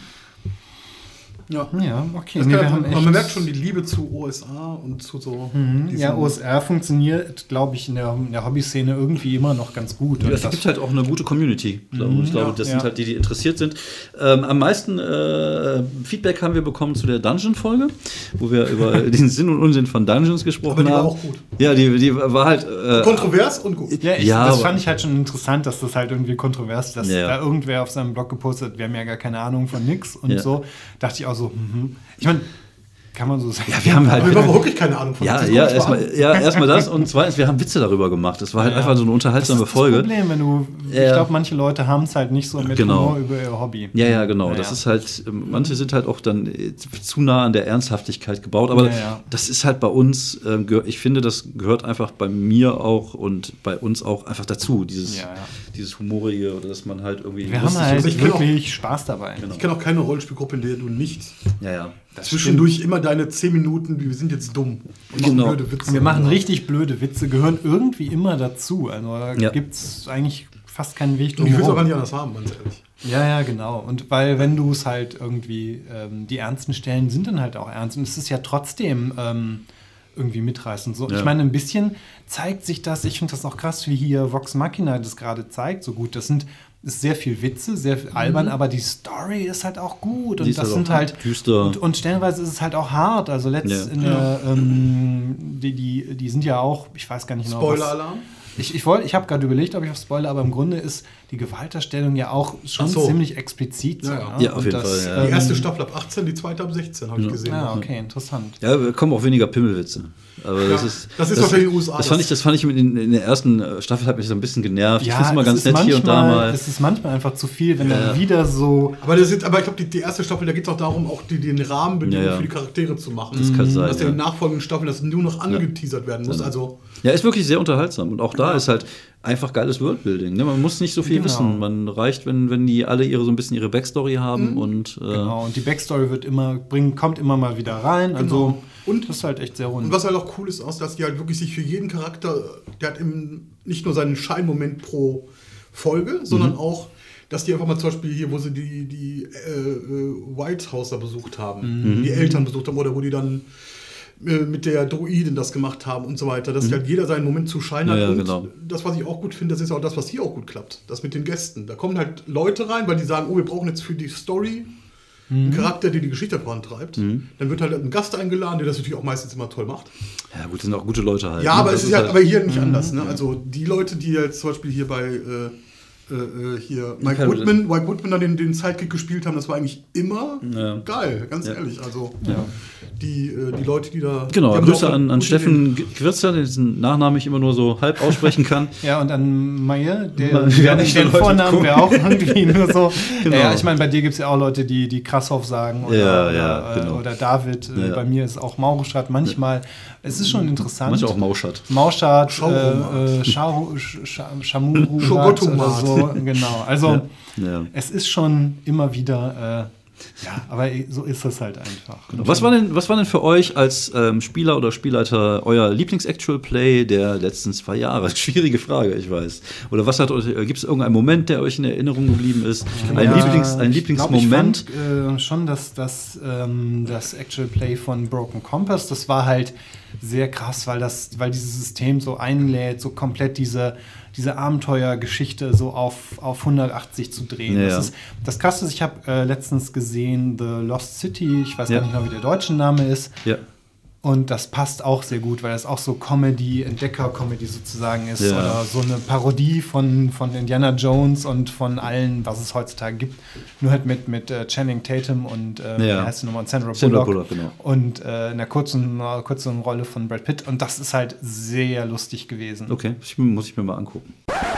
Ja, Ja, okay. Das Nee, kann, wir haben man, echt- man merkt schon die Liebe zu O S A und zu so. Mhm. diesen- Ja, O S R funktioniert, glaube ich, in der, in der Hobbyszene irgendwie immer noch ganz gut. Ja, Und es gibt halt auch eine gute Community. Und ich glaube, ja, das ja. sind halt die, die interessiert sind. Ähm, am meisten äh, Feedback haben wir bekommen zu der Dungeon-Folge, wo wir über den Sinn und Unsinn von Dungeons gesprochen Aber die war haben. auch gut. Ja, die, die war halt. Äh, Kontrovers und gut. Ja, ich, Ja, das aber- fand ich halt schon interessant, dass das halt irgendwie kontrovers, dass Ja. da irgendwer auf seinem Blog gepostet hat, wir haben ja gar keine Ahnung von nix und Ja. so. Dachte ich auch so, mhm. Ich meine, kann man so sagen. Ja, wir haben halt. Aber wir haben wirklich keine Ahnung von Ja, das. ja, Guck mal an. erstmal ja, erstmal das und zweitens, wir haben Witze darüber gemacht. Es war halt Ja. einfach so eine unterhaltsame das ist Folge. Das Problem, wenn du, Ja. ich glaube, manche Leute haben es halt nicht so mit Genau. Humor über ihr Hobby. Ja, ja, genau. Ja, das ja. ist halt, ähm, manche sind halt auch dann äh, zu nah an der Ernsthaftigkeit gebaut. Aber Ja, ja. das ist halt bei uns, ähm, gehör- ich finde, das gehört einfach bei mir auch und bei uns auch einfach dazu. Dieses, Ja, ja. dieses Humorige oder dass man halt irgendwie. Wir haben lustig halt ist. Ich kenn auch- wirklich Spaß dabei. Genau. Ich kenne auch keine Rollenspielgruppe, in der du nicht Ja, ja. Das zwischendurch immer deine zehn Minuten, wir sind jetzt dumm. Und machen Genau. blöde Witze. Wir machen richtig blöde Witze, gehören irgendwie immer dazu. Also da Ja. gibt es eigentlich fast keinen Weg Und ich will es auch drum gar nicht anders haben, ganz ehrlich. Ja, ja, genau. Und weil, wenn du es halt irgendwie, ähm, die ernsten Stellen sind dann halt auch ernst. Und es ist ja trotzdem ähm, irgendwie mitreißend. So, Ja. Ich meine, ein bisschen zeigt sich das, ich finde das auch krass, wie hier Vox Machina das gerade zeigt, so gut. Das sind ist sehr viel Witze, sehr viel albern, aber die Story ist halt auch gut. Die Und ist das halt sind auch halt. düster. Und, und stellenweise ist es halt auch hart. Also letzt Ja. in der, ähm, die, die, die sind ja auch, ich weiß gar nicht genau. was- Spoiler-Alarm? Ich, ich, wollt- ich habe gerade überlegt, ob ich auf Spoiler, aber im Grunde ist die Gewalterstellung ja auch schon Ach so. ziemlich explizit. So, Ja, ja. ne? Ja, auf Und jeden Fall, ja. Die ähm, erste Staffel ab achtzehn, die zweite ab sechzehn, habe ich gesehen. Ja, okay, interessant. Ja, da kommen auch weniger Pimmelwitze. Aber das Ja, ist, das ist doch für die U S A, Das fand das- ich, das fand ich in, in der ersten äh, Staffel hat mich so ein bisschen genervt. ich Ja, finde es immer es ganz ist nett hier und da manchmal- mal. Es ist manchmal einfach zu viel, wenn Ja. dann wieder so. Aber, das ist, aber ich glaube, die, die erste Staffel, da geht es auch darum, auch die, den Rahmenbedingungen Ja, ja. für die Charaktere zu machen. Das kann sein, Dass in ja. den nachfolgenden Staffeln das nur noch angeteasert werden muss. Also, Ja, ist wirklich sehr unterhaltsam. Und auch da ist halt einfach geiles Worldbuilding. Ne? Man muss nicht so viel Genau. wissen. Man reicht, wenn, wenn die alle ihre so ein bisschen ihre Backstory haben und äh, Genau, und die Backstory wird immer, bringt, kommt immer mal wieder rein. Also, Genau. Und- das ist halt echt sehr rund. und was halt auch cool ist, aus, dass die halt wirklich sich für jeden Charakter, der hat im, nicht nur seinen Scheinmoment pro Folge, sondern Mhm. auch, dass die einfach mal zum Beispiel hier, wo sie die, die äh, äh, White House da besucht haben, Mhm. die Eltern besucht haben oder wo die dann äh, mit der Druidin das gemacht haben und so weiter, dass halt jeder seinen Moment zu Schein hat. Mhm. Ja, ja, und genau. das, was ich auch gut finde, das ist auch das, was hier auch gut klappt, das mit den Gästen. Da kommen halt Leute rein, weil die sagen, oh, wir brauchen jetzt für die Story einen Charakter, der die Geschichte vorantreibt. Mhm. Dann wird halt ein Gast eingeladen, der das natürlich auch meistens immer toll macht. ja gut, sind auch gute Leute halt. Ja, ne? aber Das es ist ja halt- aber hier nicht anders. Ne? Also die Leute, die jetzt zum Beispiel hier bei äh, äh, äh, hier Mike Paradise. Woodman, Mike Woodman dann den, den Sidekick gespielt haben, das war eigentlich immer Ja. geil, ganz Ja. ehrlich. Also Ja. die, äh, die Leute, die da. Genau, die haben Grüße auch an, an gute Steffen Quirzer, dessen Nachnamen ich immer nur so halb aussprechen kann. Ja, und an Maye, der, Ma- der, ja, der, ich den will heute Vornamen gucken. wäre auch irgendwie nur so. Genau. Ja, ich meine, bei dir gibt es ja auch Leute, die, die Krasshoff sagen oder, Ja, ja, oder, genau. oder David. Äh, Ja. Bei mir ist auch Maurstadt manchmal. Es ist schon interessant. Manchmal auch Mauschert. Mauschat, Schaurumat. äh, äh, Schau, Sch- Sch- Schamuru oder Schogotumat. so. Genau. Also Ja. es ist schon immer wieder. Äh, ja, aber so ist es halt einfach. Was war denn, was war denn für euch als ähm, Spieler oder Spielleiter euer Lieblings-Actual-Play der letzten zwei Jahre? Schwierige Frage, ich weiß. Oder was hat euch, äh, gibt es irgendeinen Moment, der euch in Erinnerung geblieben ist? Ein, Ja, Lieblings, ein ich Lieblingsmoment? glaub, ich fand, äh, schon, dass das, ähm, das Actual Play von Broken Compass, das war halt sehr krass, weil, das, weil dieses System so einlädt, so komplett diese, diese Abenteuergeschichte so auf, auf hundertachtzig zu drehen. Ja, das, ja. ist, das Krasse ist, ich habe äh, letztens gesehen The Lost City, ich weiß Ja. gar nicht mehr, wie der deutsche Name ist. Ja. Und das passt auch sehr gut, weil das auch so Comedy, Entdecker-Comedy sozusagen ist. Ja. Oder so eine Parodie von, von Indiana Jones und von allen, was es heutzutage gibt. Nur halt mit, mit äh, Channing Tatum und äh, Ja. wie heißt die nochmal? Sandra Sandra Bullock. Bullock, genau. Und äh, in einer kurzen, äh, kurzen Rolle von Brad Pitt. Und das ist halt sehr lustig gewesen. Okay, ich, muss ich mir mal angucken.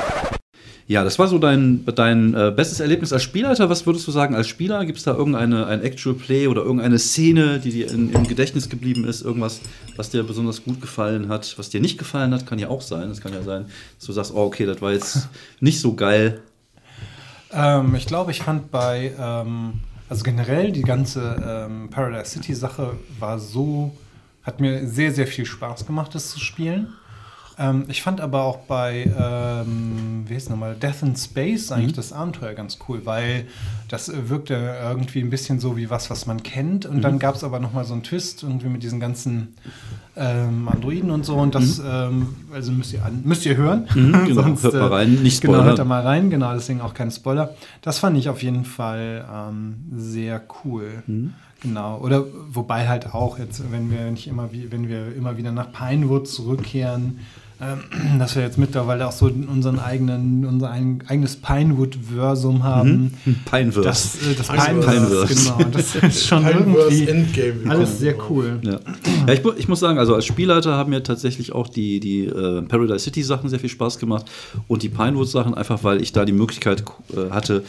Ja, das war so dein, dein äh, bestes Erlebnis als Spielleiter. Was würdest du sagen als Spieler? Gibt es da irgendeine ein Actual Play oder irgendeine Szene, die dir in, im Gedächtnis geblieben ist? Irgendwas, was dir besonders gut gefallen hat, was dir nicht gefallen hat? Kann ja auch sein. Es kann ja sein, dass du sagst, oh, okay, das war jetzt nicht so geil. Ähm, ich glaube, ich fand bei, ähm, also generell die ganze ähm, Paradise City Sache war so, hat mir sehr, sehr viel Spaß gemacht, das zu spielen. Ähm, ich fand aber auch bei, ähm, wie heißt es nochmal, Death in Space eigentlich mhm. das Abenteuer ganz cool, weil das wirkte irgendwie ein bisschen so wie was, was man kennt. Und mhm. dann gab es aber nochmal so einen Twist irgendwie mit diesen ganzen ähm, Androiden und so. Und das, mhm. ähm, also müsst ihr, an, müsst ihr hören. Mhm, genau, Sonst, hört mal rein, nicht spoilern. Genau, hört da mal rein, genau, deswegen auch kein Spoiler. Das fand ich auf jeden Fall ähm, sehr cool. Mhm. Genau, oder wobei halt auch jetzt, wenn wir nicht immer wie, wenn wir immer wieder nach Pinewood zurückkehren, ähm, dass wir jetzt mittlerweile auch so unseren eigenen, unser ein, eigenes Pinewood-Versum haben. Mhm. Pineverse. Das, äh, das Pineverse, Pineverse, genau. Das ist schon irgendwie Endgame alles sehr cool. Ja, ja ich, ich muss sagen, also als Spielleiter haben mir tatsächlich auch die, die äh, Paradise City Sachen sehr viel Spaß gemacht und die Pinewood Sachen einfach, weil ich da die Möglichkeit äh, hatte,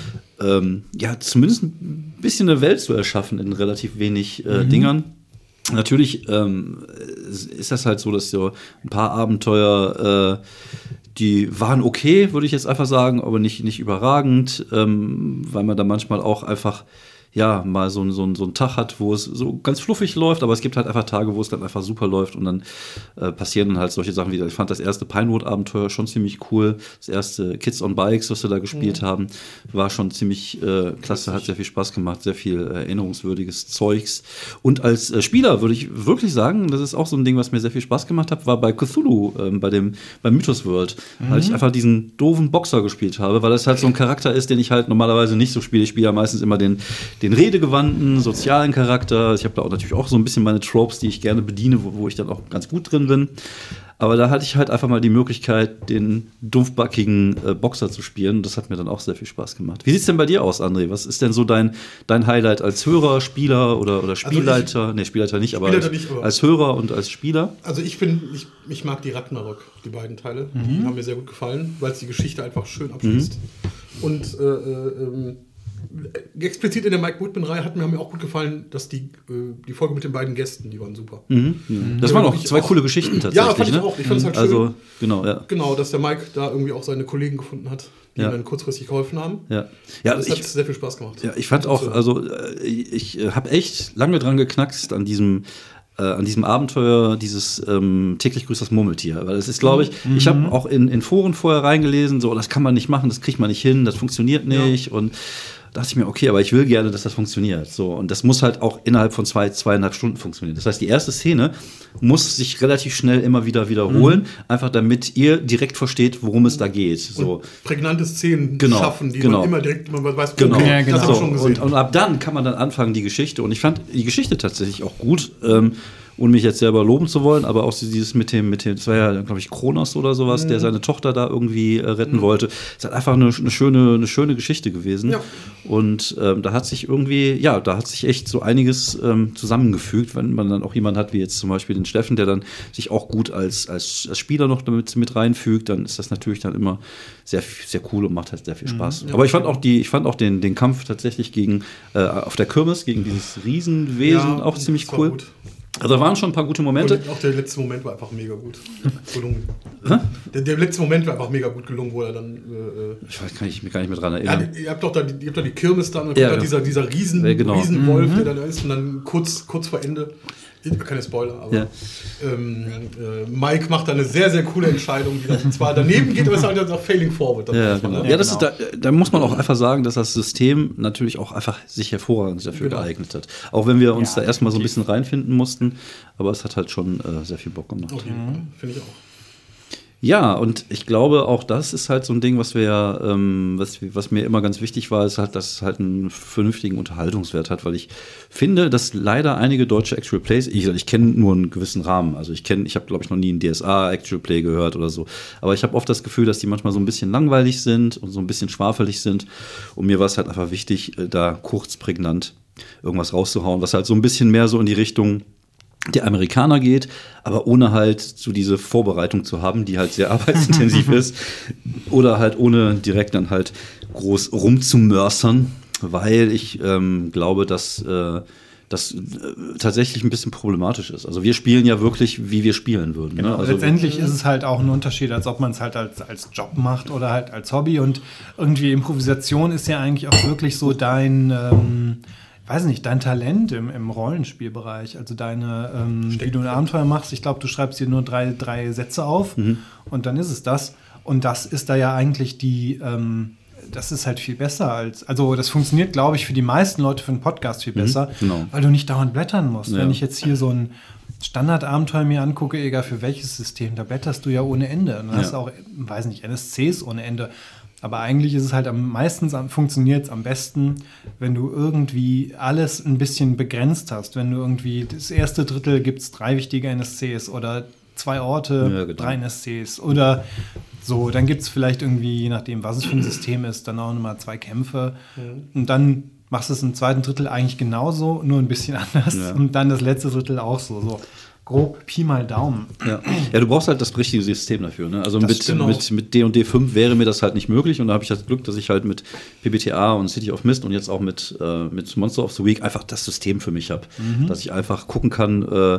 ähm, ja, zumindest ein bisschen eine Welt zu erschaffen in relativ wenig äh, mhm. Dingern. Natürlich ähm, ist das halt so, dass so ein paar Abenteuer, äh, die waren okay, würde ich jetzt einfach sagen, aber nicht, nicht überragend, ähm, weil man da manchmal auch einfach ja, mal so, so, so einen Tag hat, wo es so ganz fluffig läuft, aber es gibt halt einfach Tage, wo es dann einfach super läuft und dann äh, passieren dann halt solche Sachen wieder. Ich fand das erste Pinewood-Abenteuer schon ziemlich cool. Das erste Kids on Bikes, was wir da gespielt mhm. haben, war schon ziemlich äh, klasse, hat sehr viel Spaß gemacht, sehr viel äh, erinnerungswürdiges Zeugs. Und als äh, Spieler würde ich wirklich sagen, das ist auch so ein Ding, was mir sehr viel Spaß gemacht hat, war bei Cthulhu, äh, bei dem bei Mythos World, mhm. weil ich einfach diesen doofen Boxer gespielt habe, weil das halt so ein Charakter ist, den ich halt normalerweise nicht so spiele. Ich spiele ja meistens immer den den redegewandten, sozialen Charakter. Ich habe da auch natürlich auch so ein bisschen meine Tropes, die ich gerne bediene, wo, wo ich dann auch ganz gut drin bin. Aber da hatte ich halt einfach mal die Möglichkeit, den dumpfbackigen äh, Boxer zu spielen. Das hat mir dann auch sehr viel Spaß gemacht. Wie sieht's denn bei dir aus, André? Was ist denn so dein, dein Highlight als Hörer, Spieler oder, oder Spielleiter? Also ich, nee, Spielleiter nicht, aber, Spielleiter nicht, aber als Hörer und als Spieler? Also ich bin, ich, ich mag die Ragnarok, die beiden Teile. Mhm. Die haben mir sehr gut gefallen, weil es die Geschichte einfach schön abschließt. Mhm. Und äh, äh, explizit in der Mike Woodman-Reihe hat mir, mir auch gut gefallen, dass die, äh, die Folge mit den beiden Gästen, die waren super. Mhm. Mhm. Das ja, waren auch zwei auch, coole Geschichten tatsächlich. Ja, fand ich ne? auch. Ich fand es halt schön. Also, genau, ja. Genau, dass der Mike da irgendwie auch seine Kollegen gefunden hat, die ja. ihm dann kurzfristig geholfen haben. Ja. Ja, das ich, hat sehr viel Spaß gemacht. Ja, ich fand auch, also ich habe echt lange dran geknackst an diesem Äh, an diesem Abenteuer, dieses ähm, täglich grüßt das Murmeltier. Weil es ist, glaube ich, mhm. ich habe auch in, in Foren vorher reingelesen, so, das kann man nicht machen, das kriegt man nicht hin, das funktioniert nicht. Ja. Und da dachte ich mir, okay, aber ich will gerne, dass das funktioniert. So, und das muss halt auch innerhalb von zwei, zweieinhalb Stunden funktionieren. Das heißt, die erste Szene muss sich relativ schnell immer wieder wiederholen, mhm. einfach damit ihr direkt versteht, worum es da geht. So. Und prägnante Szenen genau, schaffen, die genau. man immer direkt, man weiß, genau. okay, ja, genau. das habe ich schon gesehen. Und, und ab dann kann man dann anfangen, die Geschichte. Und ich fand die Geschichte tatsächlich auch gut. Ähm, ohne mich jetzt selber loben zu wollen, aber auch dieses mit dem, mit dem, das war ja, glaube ich, Kronos oder sowas, mhm. der seine Tochter da irgendwie äh, retten mhm. wollte. Es ist halt einfach eine, eine, schöne, eine schöne Geschichte gewesen. Ja. Und ähm, da hat sich irgendwie, ja, da hat sich echt so einiges ähm, zusammengefügt, wenn man dann auch jemanden hat, wie jetzt zum Beispiel den Steffen, der dann sich auch gut als, als, als Spieler noch damit mit reinfügt, dann ist das natürlich dann immer sehr, sehr cool und macht halt sehr viel Spaß. Mhm. Ja, aber ich fand auch die, ich fand auch den, den Kampf tatsächlich gegen, äh, auf der Kirmes, gegen dieses Riesenwesen ja, auch ziemlich cool. Gut. Also da waren schon ein paar gute Momente. Und auch der letzte Moment war einfach mega gut gelungen. der, der letzte Moment war einfach mega gut gelungen, wo er dann. Äh, ich weiß, kann ich mich gar nicht mehr dran erinnern. Ja, ihr habt doch da, ihr habt da die Kirmes dann und ja, da dieser, dieser Riesen, ja, genau. Riesenwolf, mhm. der dann da ist und dann kurz, kurz vor Ende. Keine Spoiler, aber ja. ähm, äh, Mike macht da eine sehr, sehr coole Entscheidung, die dann zwar daneben geht, aber es ist halt auch failing forward. Ja, genau. ja, das genau. ist da, da muss man auch einfach sagen, dass das System natürlich auch einfach sich hervorragend dafür genau. geeignet hat. Auch wenn wir uns ja, da erstmal so ein bisschen reinfinden mussten, aber es hat halt schon äh, sehr viel Bock gemacht. Okay, mhm. finde ich auch. Ja, und ich glaube, auch das ist halt so ein Ding, was wir, ähm, was, was mir immer ganz wichtig war, ist halt, dass es halt einen vernünftigen Unterhaltungswert hat, weil ich finde, dass leider einige deutsche Actual Plays, ich, ich kenne nur einen gewissen Rahmen, also ich kenne, ich habe glaube ich noch nie einen D S A Actual Play gehört oder so, aber ich habe oft das Gefühl, dass die manchmal so ein bisschen langweilig sind und so ein bisschen schwafelig sind und mir war es halt einfach wichtig, da kurz prägnant irgendwas rauszuhauen, was halt so ein bisschen mehr so in die Richtung der Amerikaner geht, aber ohne halt so diese Vorbereitung zu haben, die halt sehr arbeitsintensiv ist, oder halt ohne direkt dann halt groß rumzumörsern, weil ich ähm, glaube, dass äh, das äh, tatsächlich ein bisschen problematisch ist. Also wir spielen ja wirklich, wie wir spielen würden. Genau. Ne? Also letztendlich ist es halt auch ein Unterschied, als ob man es halt als, als Job macht oder halt als Hobby und irgendwie Improvisation ist ja eigentlich auch wirklich so dein ähm, weiß nicht, dein Talent im, im Rollenspielbereich, also deine, ähm, wie du ein Abenteuer machst, ich glaube, du schreibst dir nur drei, drei Sätze auf mhm. und dann ist es das. Und das ist da ja eigentlich die, ähm, das ist halt viel besser als, also das funktioniert, glaube ich, für die meisten Leute für einen Podcast viel besser, mhm, genau. weil du nicht dauernd blättern musst. Ja. Wenn ich jetzt hier so ein Standardabenteuer mir angucke, egal für welches System, da blätterst du ja ohne Ende. Und dann ja. hast du auch, weiß nicht, N S Cs ohne Ende. Aber eigentlich ist es halt am meistens funktioniert es am besten, wenn du irgendwie alles ein bisschen begrenzt hast. Wenn du irgendwie das erste Drittel gibt es drei wichtige N S Cs oder zwei Orte, ja, genau. drei N S Cs oder so. Dann gibt es vielleicht irgendwie, je nachdem, was es für ein System ist, dann auch nochmal zwei Kämpfe. Mhm. Und dann machst du es im zweiten Drittel eigentlich genauso, nur ein bisschen anders. Ja. Und dann das letzte Drittel auch so. so. Grob Pi mal Daumen. Ja. ja, du brauchst halt das richtige System dafür. Ne? Also mit, genau. mit, mit D und D fünf wäre mir das halt nicht möglich. Und da habe ich das Glück, dass ich halt mit P B T A und City of Mist und jetzt auch mit, äh, mit Monster of the Week einfach das System für mich habe. Mhm. Dass ich einfach gucken kann, äh,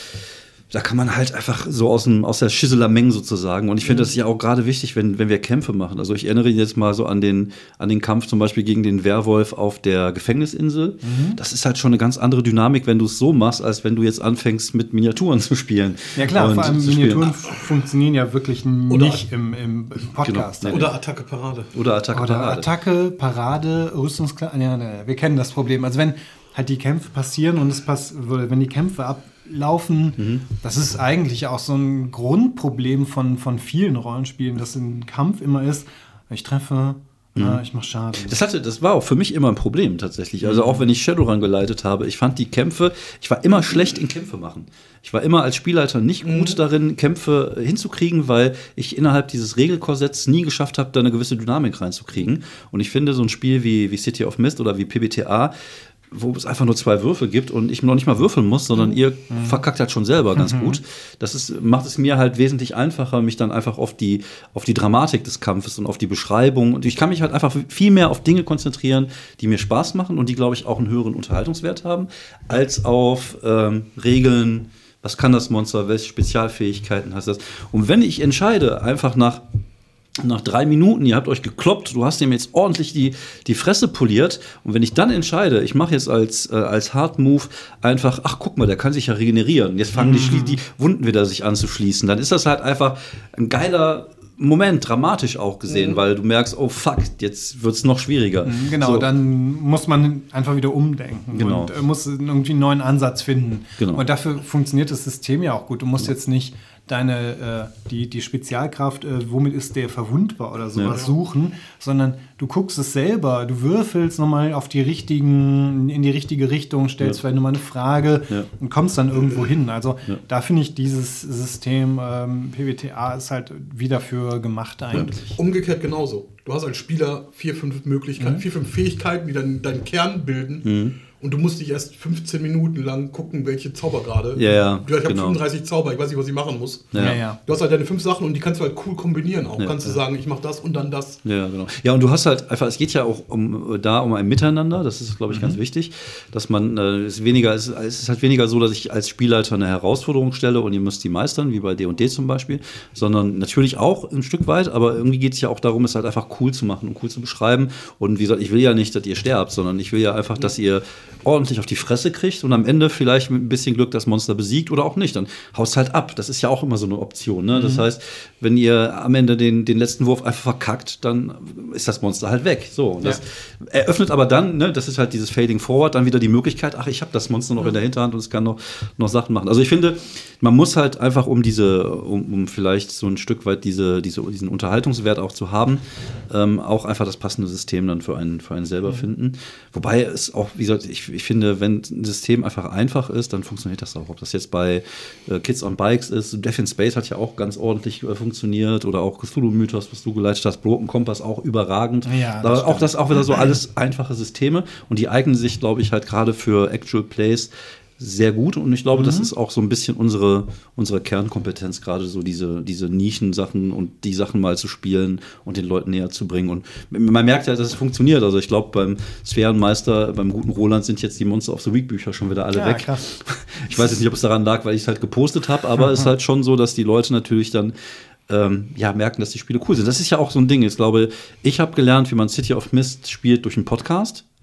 da kann man halt einfach so aus, dem, aus der Schisselameng sozusagen. Und ich finde, mhm. das ist ja auch gerade wichtig, wenn, wenn wir Kämpfe machen. Also ich erinnere jetzt mal so an den, an den Kampf zum Beispiel gegen den Werwolf auf der Gefängnisinsel. Mhm. Das ist halt schon eine ganz andere Dynamik, wenn du es so machst, als wenn du jetzt anfängst, mit Miniaturen zu spielen. Ja klar, und vor allem Miniaturen funktionieren ja wirklich nicht im, im Podcast. Genau. Oder Attacke Parade. Oder Attacke Oder Parade. Attacke, Parade, Rüstungskleidung. Ja, ja, wir kennen das Problem. Also wenn halt die Kämpfe passieren und es pass- wenn die Kämpfe ab laufen, mhm. das ist eigentlich auch so ein Grundproblem von, von vielen Rollenspielen, dass ein Kampf immer ist, ich treffe, mhm. ah, ich mache Schaden. Das, hatte, das war auch für mich immer ein Problem tatsächlich. Also auch wenn ich Shadowrun geleitet habe, ich fand die Kämpfe, ich war immer schlecht in Kämpfe machen. Ich war immer als Spielleiter nicht gut mhm. darin, Kämpfe hinzukriegen, weil ich innerhalb dieses Regelkorsetts nie geschafft habe, da eine gewisse Dynamik reinzukriegen. Und ich finde, so ein Spiel wie, wie City of Mist oder wie P B T A, wo es einfach nur zwei Würfel gibt und ich noch nicht mal würfeln muss, sondern mhm. ihr mhm. verkackt halt schon selber ganz mhm. gut. Das ist, macht es mir halt wesentlich einfacher, mich dann einfach auf die, auf die Dramatik des Kampfes und auf die Beschreibung. Und ich kann mich halt einfach viel mehr auf Dinge konzentrieren, die mir Spaß machen und die, glaube ich, auch einen höheren Unterhaltungswert haben, als auf ähm, Regeln, was kann das Monster, welche Spezialfähigkeiten hat das. Und wenn ich entscheide, einfach nach Nach drei Minuten, ihr habt euch gekloppt, du hast ihm jetzt ordentlich die, die Fresse poliert. Und wenn ich dann entscheide, ich mache jetzt als, äh, als Hard-Move einfach, ach guck mal, der kann sich ja regenerieren. Jetzt fangen mhm. die, die Wunden wieder sich an zu schließen. Dann ist das halt einfach ein geiler Moment, dramatisch auch gesehen, mhm. weil du merkst, oh fuck, jetzt wird es noch schwieriger. Mhm, genau, so. Dann muss man einfach wieder umdenken genau. und äh, muss irgendwie einen neuen Ansatz finden. Genau. Und dafür funktioniert das System ja auch gut. Du musst genau. jetzt nicht deine, äh, die, die Spezialkraft, äh, womit ist der verwundbar oder sowas ja. suchen, sondern du guckst es selber, du würfelst nochmal auf die richtigen, in die richtige Richtung, stellst ja. vielleicht nochmal eine Frage ja. und kommst dann irgendwo hin. Also ja. da finde ich dieses System ähm, P B T A ist halt wieder für gemacht eigentlich. Ja. Umgekehrt genauso. Du hast als Spieler vier, fünf Möglichkeiten, mhm. vier, fünf Fähigkeiten, die dann deinen Kern bilden. Mhm. Und du musst dich erst fünfzehn Minuten lang gucken, welche Zauber gerade. Ja, ja. Ich habe genau. fünfunddreißig Zauber, ich weiß nicht, was ich machen muss. Ja. Ja, ja. Du hast halt deine fünf Sachen und die kannst du halt cool kombinieren auch. Ja, kannst ja. du sagen, ich mache das und dann das. Ja, genau. Ja, und du hast halt einfach, es geht ja auch um da um ein Miteinander, das ist, glaube ich, mhm. ganz wichtig, dass man äh, ist weniger, es, es ist halt weniger so, dass ich als Spielleiter eine Herausforderung stelle und ihr müsst die meistern, wie bei D und D zum Beispiel, sondern natürlich auch ein Stück weit, aber irgendwie geht es ja auch darum, es halt einfach cool zu machen und cool zu beschreiben. Und wie gesagt, ich will ja nicht, dass ihr sterbt, sondern ich will ja einfach, dass ihr ordentlich auf die Fresse kriegt und am Ende vielleicht mit ein bisschen Glück das Monster besiegt oder auch nicht. Dann haust halt ab. Das ist ja auch immer so eine Option. Ne? Das mhm. heißt, wenn ihr am Ende den, den letzten Wurf einfach verkackt, dann ist das Monster halt weg. So, und das ja. eröffnet aber dann, ne, das ist halt dieses Fading Forward, dann wieder die Möglichkeit, ach, ich habe das Monster noch ja. in der Hinterhand und es kann noch, noch Sachen machen. Also ich finde, man muss halt einfach, um diese, um, um vielleicht so ein Stück weit diese, diese, diesen Unterhaltungswert auch zu haben, ähm, auch einfach das passende System dann für einen, für einen selber mhm. finden. Wobei es auch, wie gesagt, ich, ich finde, wenn ein System einfach einfach ist, dann funktioniert das auch. Ob das jetzt bei äh, Kids on Bikes ist, Death in Space hat ja auch ganz ordentlich äh, funktioniert oder auch Cthulhu-Mythos, was du geleitet hast, Broken Compass auch überragend. Ja, das Aber auch das auch wieder so alles einfache Systeme und die eignen sich, glaube ich, halt gerade für Actual Plays sehr gut und ich glaube, mhm. das ist auch so ein bisschen unsere, unsere Kernkompetenz, gerade so diese, diese Nischensachen und die Sachen mal zu spielen und den Leuten näher zu bringen. Und man merkt ja, dass es funktioniert. Also ich glaube, beim Sphärenmeister, beim guten Roland sind jetzt die Monster of the Week Bücher schon wieder alle ja, weg. Krass. Ich weiß jetzt nicht, ob es daran lag, weil ich es halt gepostet habe, aber es ist halt schon so, dass die Leute natürlich dann ähm, ja, merken, dass die Spiele cool sind. Das ist ja auch so ein Ding. Ich glaube, ich habe gelernt, wie man City of Mist spielt durch einen Podcast.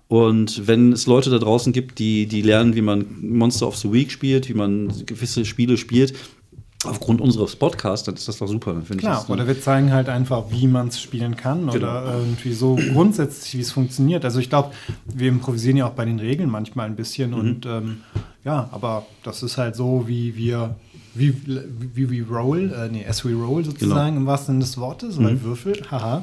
Und wenn es Leute da draußen gibt, die, die lernen, wie man Monster of the Week spielt, wie man gewisse Spiele spielt, aufgrund unseres Podcasts, dann ist das doch super. Dann Klar, ich das, oder wir zeigen halt einfach, wie man es spielen kann genau. oder irgendwie so grundsätzlich, wie es funktioniert. Also ich glaube, wir improvisieren ja auch bei den Regeln manchmal ein bisschen mhm. und ähm, ja, aber das ist halt so, wie wir wie, wie we roll, äh, nee, as we roll sozusagen, genau. im wahrsten Sinne des Wortes, weil mhm. Würfel, haha.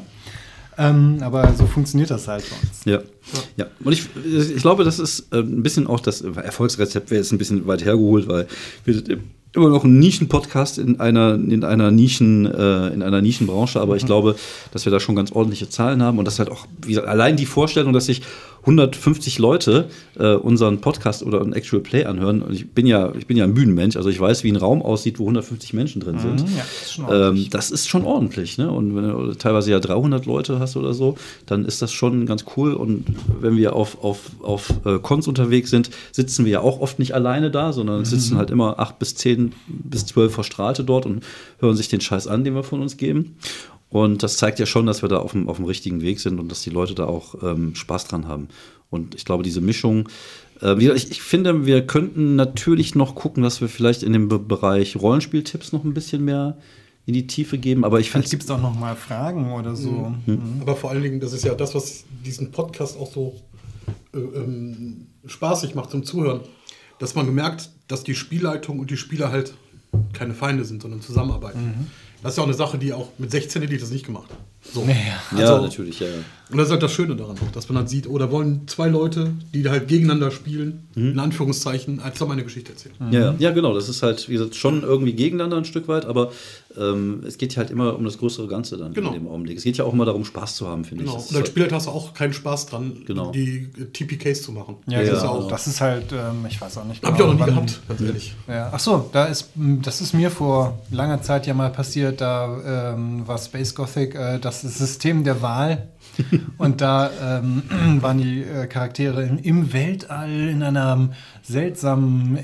Ähm, aber so funktioniert das halt bei uns. Ja, so. ja. Und ich, ich glaube, das ist äh, ein bisschen auch das Erfolgsrezept, wäre jetzt ein bisschen weit hergeholt, weil wir immer noch ein Nischen-Podcast in einer, in einer Nischen, äh, in einer Nischenbranche, aber ich mhm. glaube, dass wir da schon ganz ordentliche Zahlen haben und das halt auch, wie gesagt, allein die Vorstellung, dass sich hundertfünfzig Leute äh, unseren Podcast oder ein Actual Play anhören. Und ich bin ja, ich bin ja ein Bühnenmensch, also ich weiß, wie ein Raum aussieht, wo hundertfünfzig Menschen drin sind. Mhm, ja, das ist schon ordentlich. Ähm, das ist schon ordentlich, ne? Und wenn du teilweise ja dreihundert Leute hast oder so, dann ist das schon ganz cool. Und wenn wir auf, auf, auf äh, Cons unterwegs sind, sitzen wir ja auch oft nicht alleine da, sondern mhm. sitzen halt immer acht bis zehn bis zwölf Verstrahlte dort und hören sich den Scheiß an, den wir von uns geben. Und das zeigt ja schon, dass wir da auf dem, auf dem richtigen Weg sind und dass die Leute da auch ähm, Spaß dran haben. Und ich glaube, diese Mischung, äh, ich, ich finde, wir könnten natürlich noch gucken, dass wir vielleicht in dem Be- Bereich Rollenspieltipps noch ein bisschen mehr in die Tiefe geben. Aber ich finde, vielleicht gibt es auch noch mal Fragen oder so. Mhm. Mhm. Aber vor allen Dingen, das ist ja das, was diesen Podcast auch so äh, ähm, spaßig macht zum Zuhören, dass man gemerkt, dass die Spielleitung und die Spieler halt keine Feinde sind, sondern zusammenarbeiten. Mhm. Das ist ja auch eine Sache, die auch mit sechzehn hätte ich das nicht gemacht. So. Naja. Also, ja, natürlich, ja, ja. Und das ist halt das Schöne daran auch, dass man halt sieht, oh, da wollen zwei Leute, die halt gegeneinander spielen, mhm. in Anführungszeichen, als zusammen eine Geschichte erzählen. Mhm. Ja, ja, genau, das ist halt, wie gesagt, schon irgendwie gegeneinander ein Stück weit, aber ähm, es geht halt immer um das größere Ganze dann genau. in dem Augenblick. Es geht ja auch immer darum, Spaß zu haben, finde genau. ich. Und als Spieler hast du auch keinen Spaß dran, genau. die T P Ks zu machen. Ja, ja, das, ist ja auch, genau. das ist halt, ähm, ich weiß auch nicht. Hab ich auch noch nie wann, gehabt, ganz ehrlich. Ja. Ach so, da ist, das ist mir vor langer Zeit ja mal passiert, da ähm, war Space Gothic, äh, das ist System der Wahl. Und da ähm, waren die äh, Charaktere im, im Weltall in einem seltsamen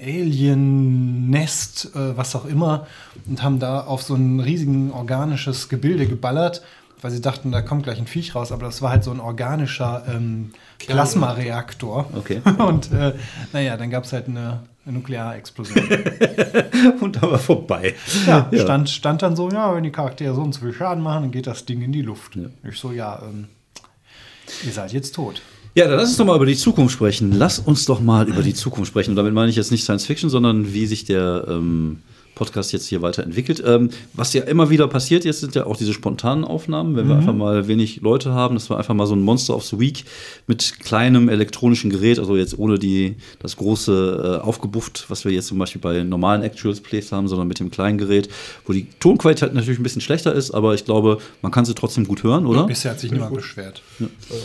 Alien-Nest, äh, was auch immer, und haben da auf so ein riesigen organisches Gebilde geballert, weil sie dachten, da kommt gleich ein Viech raus, aber das war halt so ein organischer ähm, Plasmareaktor. Okay. Und äh, naja, dann gab es halt eine, eine Nuklearexplosion. Und da war vorbei. Ja, ja. Stand, stand dann so, ja, wenn die Charaktere so und so viel Schaden machen, dann geht das Ding in die Luft. Ja. Ich so, ja, ähm, ihr seid jetzt tot. Ja, dann lass uns doch mal über die Zukunft sprechen. Lass uns doch mal über die Zukunft sprechen. Und damit meine ich jetzt nicht Science Fiction, sondern wie sich der ähm, Podcast jetzt hier weiterentwickelt. Ähm, was ja immer wieder passiert jetzt, sind ja auch diese spontanen Aufnahmen, wenn mhm. wir einfach mal wenig Leute haben, dass wir einfach mal so ein Monster of the Week mit kleinem elektronischen Gerät, also jetzt ohne die, das große äh, aufgebufft, was wir jetzt zum Beispiel bei normalen Actual Plays haben, sondern mit dem kleinen Gerät, wo die Tonqualität natürlich ein bisschen schlechter ist, aber ich glaube, man kann sie trotzdem gut hören, oder? Ja, bisher hat sich niemand beschwert. Ja.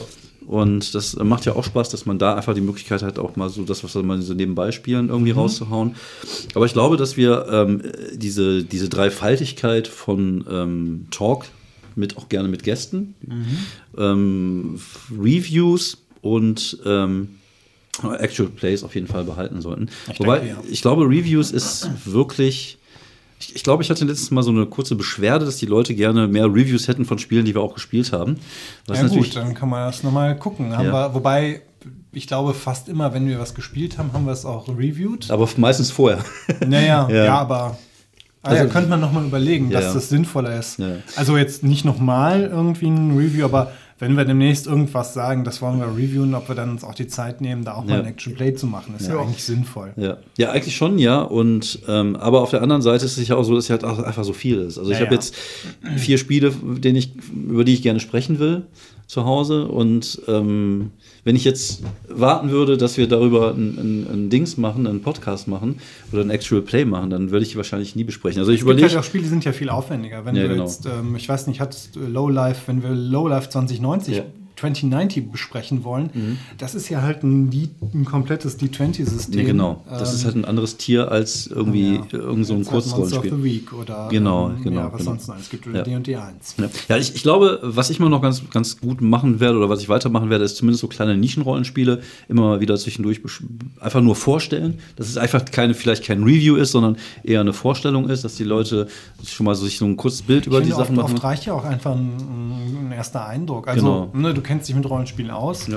Und das macht ja auch Spaß, dass man da einfach die Möglichkeit hat, auch mal so das, was man so nebenbei spielen, irgendwie mhm. rauszuhauen. Aber ich glaube, dass wir ähm, diese, diese Dreifaltigkeit von ähm, Talk, mit, auch gerne mit Gästen, mhm. ähm, Reviews und ähm, Actual Plays auf jeden Fall behalten sollten. Ich Wobei, denke, ja. ich glaube, Reviews ist wirklich... Ich, ich glaube, ich hatte letztes Mal so eine kurze Beschwerde, dass die Leute gerne mehr Reviews hätten von Spielen, die wir auch gespielt haben. Was ja gut, dann kann man das nochmal gucken. Haben ja. wir, wobei, ich glaube, fast immer, wenn wir was gespielt haben, haben wir es auch reviewed. Aber meistens vorher. Naja, ja. ja, aber also, ja, könnte man nochmal überlegen, ja, dass das sinnvoller ist. Ja. Also jetzt nicht nochmal irgendwie ein Review, aber wenn wir demnächst irgendwas sagen, das wollen wir reviewen, ob wir dann uns auch die Zeit nehmen, da auch ja. mal ein Action Play zu machen, ist ja, ja eigentlich sinnvoll. Ja, ja eigentlich schon, ja. Und ähm, aber auf der anderen Seite ist es ja auch so, dass es halt auch einfach so viel ist. Also ich ja, habe ja. jetzt vier Spiele, denen ich, über die ich gerne sprechen will, zu Hause. Und ähm, wenn ich jetzt warten würde, dass wir darüber ein, ein, ein Dings machen, einen Podcast machen oder ein Actual Play machen, dann würde ich die wahrscheinlich nie besprechen. Also ich überlege. Halt auch Spiele sind ja viel aufwendiger. Wenn ja, du genau. jetzt, ähm, ich weiß nicht, hattest Lowlife, wenn wir Lowlife zwanzig neunzig ja. zwanzig neunzig besprechen wollen, mhm. das ist ja halt ein, D, ein komplettes D zwanzig-System. Nee, genau. Das ähm, ist halt ein anderes Tier als irgendwie ja, irgend so ein Kurzrollenspiel. Monster of the Week oder genau, ähm, genau, ja, was genau. sonst noch. Es gibt ja. D und D eins. Ja, ja ich, ich glaube, was ich mal noch ganz, ganz gut machen werde oder was ich weitermachen werde, ist zumindest so kleine Nischenrollenspiele immer mal wieder zwischendurch einfach nur vorstellen. Dass es einfach keine, vielleicht kein Review ist, sondern eher eine Vorstellung ist, dass die Leute schon mal so sich so ein kurzes Bild ich über die oft, Sachen machen. Oft reicht ja auch einfach ein, ein erster Eindruck. Also, genau. ne, du kennst dich mit Rollenspielen aus. Ja.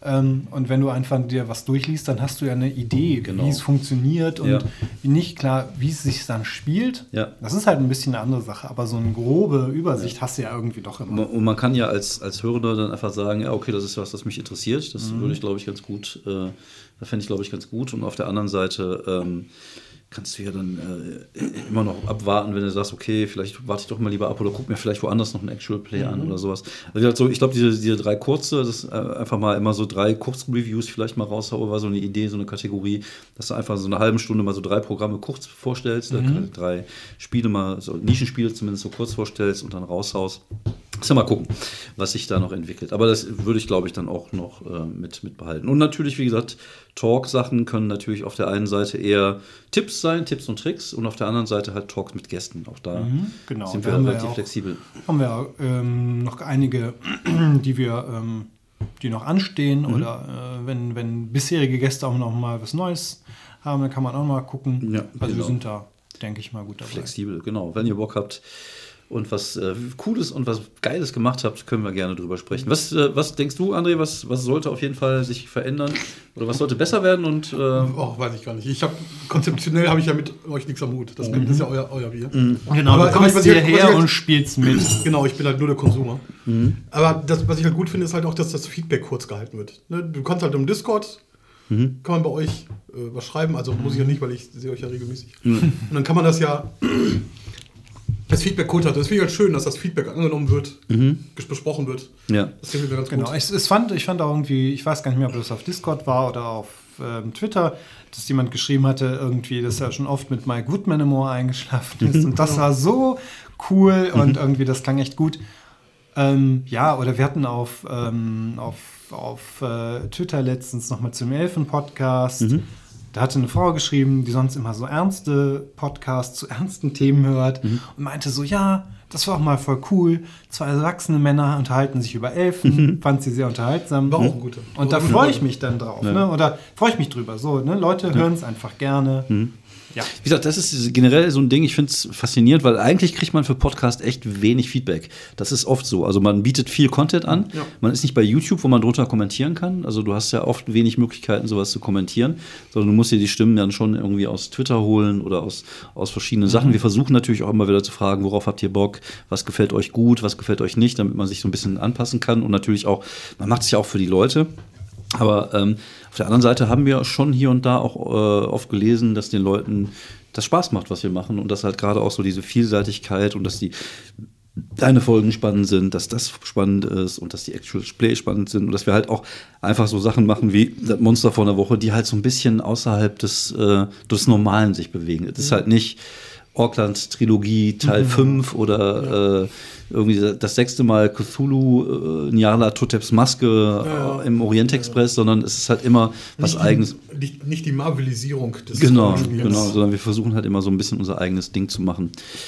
Ähm, und wenn du einfach dir was durchliest, dann hast du ja eine Idee, Genau. wie es funktioniert und Ja. wie nicht klar, wie es sich dann spielt. Ja. Das ist halt ein bisschen eine andere Sache, aber so eine grobe Übersicht hast du ja irgendwie doch immer. Und man kann ja als, als Hörender dann einfach sagen, ja, okay, das ist was, das mich interessiert. Das Mhm. würde ich, glaube ich, ganz gut, äh, das fände ich, glaube ich, ganz gut. Und auf der anderen Seite ähm, kannst du ja dann äh, immer noch abwarten, wenn du sagst, okay, vielleicht warte ich doch mal lieber ab oder guck mir vielleicht woanders noch ein Actual Play an oder sowas. Also halt so, ich glaube, diese, diese drei kurze, das äh, einfach mal immer so drei Kurzreviews vielleicht mal raushaue, war so eine Idee, so eine Kategorie, dass du einfach so eine halbe Stunde mal so drei Programme kurz vorstellst, mhm. drei Spiele mal, so Nischenspiele zumindest so kurz vorstellst und dann raushaust. Muss ja mal gucken, was sich da noch entwickelt. Aber das würde ich, glaube ich, dann auch noch äh, mit, mit behalten. Und natürlich, wie gesagt, Talk-Sachen können natürlich auf der einen Seite eher Tipps sein, Tipps und Tricks, und auf der anderen Seite halt Talks mit Gästen. Auch da Mhm, genau. sind Da wir haben wir relativ auch- flexibel. Haben wir ähm, noch einige, die wir, ähm, die noch anstehen Mhm. oder äh, wenn, wenn bisherige Gäste auch noch mal was Neues haben, dann kann man auch mal gucken. Ja, also wir genau. sind da, denke ich mal, gut dabei. Flexibel, genau. Wenn ihr Bock habt und was äh, Cooles und was Geiles gemacht habt, können wir gerne drüber sprechen. Was, äh, was denkst du, André, was, was sollte auf jeden Fall sich verändern? Oder was sollte besser werden? Und, äh, Oh, weiß ich gar nicht. Ich hab, konzeptionell habe ich ja mit euch nichts am Hut. Das, das ist ja euer, euer Bier. Genau, Aber- du kommst aber ich- was ich- hierher was ich- und spielst mit. Genau, ich bin halt nur der Konsumer. Aber das, was ich halt gut finde, ist halt auch, dass das Feedback kurz gehalten wird. Ne? Du kannst halt im Discord, kann man bei euch äh, was schreiben. Also muss ich ja nicht, weil ich sehe euch ja regelmäßig. Und dann kann man das ja, das Feedback kurz hat. Das finde ich halt schön, dass das Feedback angenommen wird, ges- besprochen wird. ja. Das finde ich ganz Genau, gut. ich, es fand, ich fand auch irgendwie, ich weiß gar nicht mehr, ob das auf Discord war oder auf ähm, Twitter, dass jemand geschrieben hatte, irgendwie, dass er schon oft mit Mike Woodman im Ohr eingeschlafen ist. Und das war so cool und irgendwie, das klang echt gut. Ähm, ja, oder wir hatten auf, ähm, auf, auf äh, Twitter letztens nochmal zum Elfen-Podcast. Da hatte eine Frau geschrieben, die sonst immer so ernste Podcasts zu ernsten Themen hört und meinte so, ja, das war auch mal voll cool. Zwei erwachsene Männer unterhalten sich über Elfen, fand sie sehr unterhaltsam. War auch ein guter. Und da War auch ein freue guter. ich mich dann drauf. Ne? Oder freue ich mich drüber. So, ne? Leute hören es einfach gerne. Ja. Wie gesagt, das ist generell so ein Ding, ich finde es faszinierend, weil eigentlich kriegt man für Podcast echt wenig Feedback. Das ist oft so. Also man bietet viel Content an. Ja. Man ist nicht bei YouTube, wo man drunter kommentieren kann. Also du hast ja oft wenig Möglichkeiten, sowas zu kommentieren, sondern du musst dir die Stimmen dann schon irgendwie aus Twitter holen oder aus, aus verschiedenen Sachen. Wir versuchen natürlich auch immer wieder zu fragen, worauf habt ihr Bock, was gefällt euch gut, was gefällt euch nicht, damit man sich so ein bisschen anpassen kann. Und natürlich auch, man macht es ja auch für die Leute. Aber ähm, auf der anderen Seite haben wir schon hier und da auch äh, oft gelesen, dass den Leuten das Spaß macht, was wir machen, und dass halt gerade auch so diese Vielseitigkeit und dass die deine Folgen spannend sind, dass das spannend ist und dass die Actual Play spannend sind und dass wir halt auch einfach so Sachen machen wie das Monster vor einer Woche, die halt so ein bisschen außerhalb des, äh, des Normalen sich bewegen. Es ist halt nicht Orkland Trilogie Teil fünf oder äh, irgendwie das sechste Mal Cthulhu, äh, Nyarla Toteps Maske Ja. äh, im Orient Express, sondern es ist halt immer was Nicht eigenes. Die, nicht, nicht die Marvelisierung des Genau, Spiels. genau, sondern wir versuchen halt immer so ein bisschen unser eigenes Ding zu machen.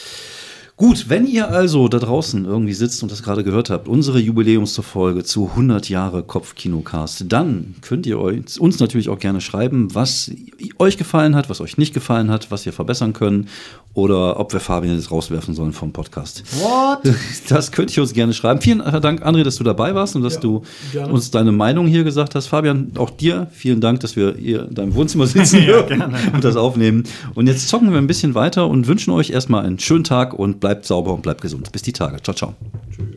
Gut, wenn ihr also da draußen irgendwie sitzt und das gerade gehört habt, unsere Jubiläumsfolge zu hundert Jahre Kopfkinocast, dann könnt ihr euch, uns natürlich auch gerne schreiben, was euch gefallen hat, was euch nicht gefallen hat, was wir verbessern können oder ob wir Fabian jetzt rauswerfen sollen vom Podcast. What? Das könnt ihr uns gerne schreiben. Vielen Dank, André, dass du dabei warst und dass Ja, du gerne. uns deine Meinung hier gesagt hast. Fabian, auch dir vielen Dank, dass wir hier in deinem Wohnzimmer sitzen Ja, dürfen gerne. und das aufnehmen. Und jetzt zocken wir ein bisschen weiter und wünschen euch erstmal einen schönen Tag und bleibt sauber und bleibt gesund. Bis die Tage. Ciao, ciao. Tschüss.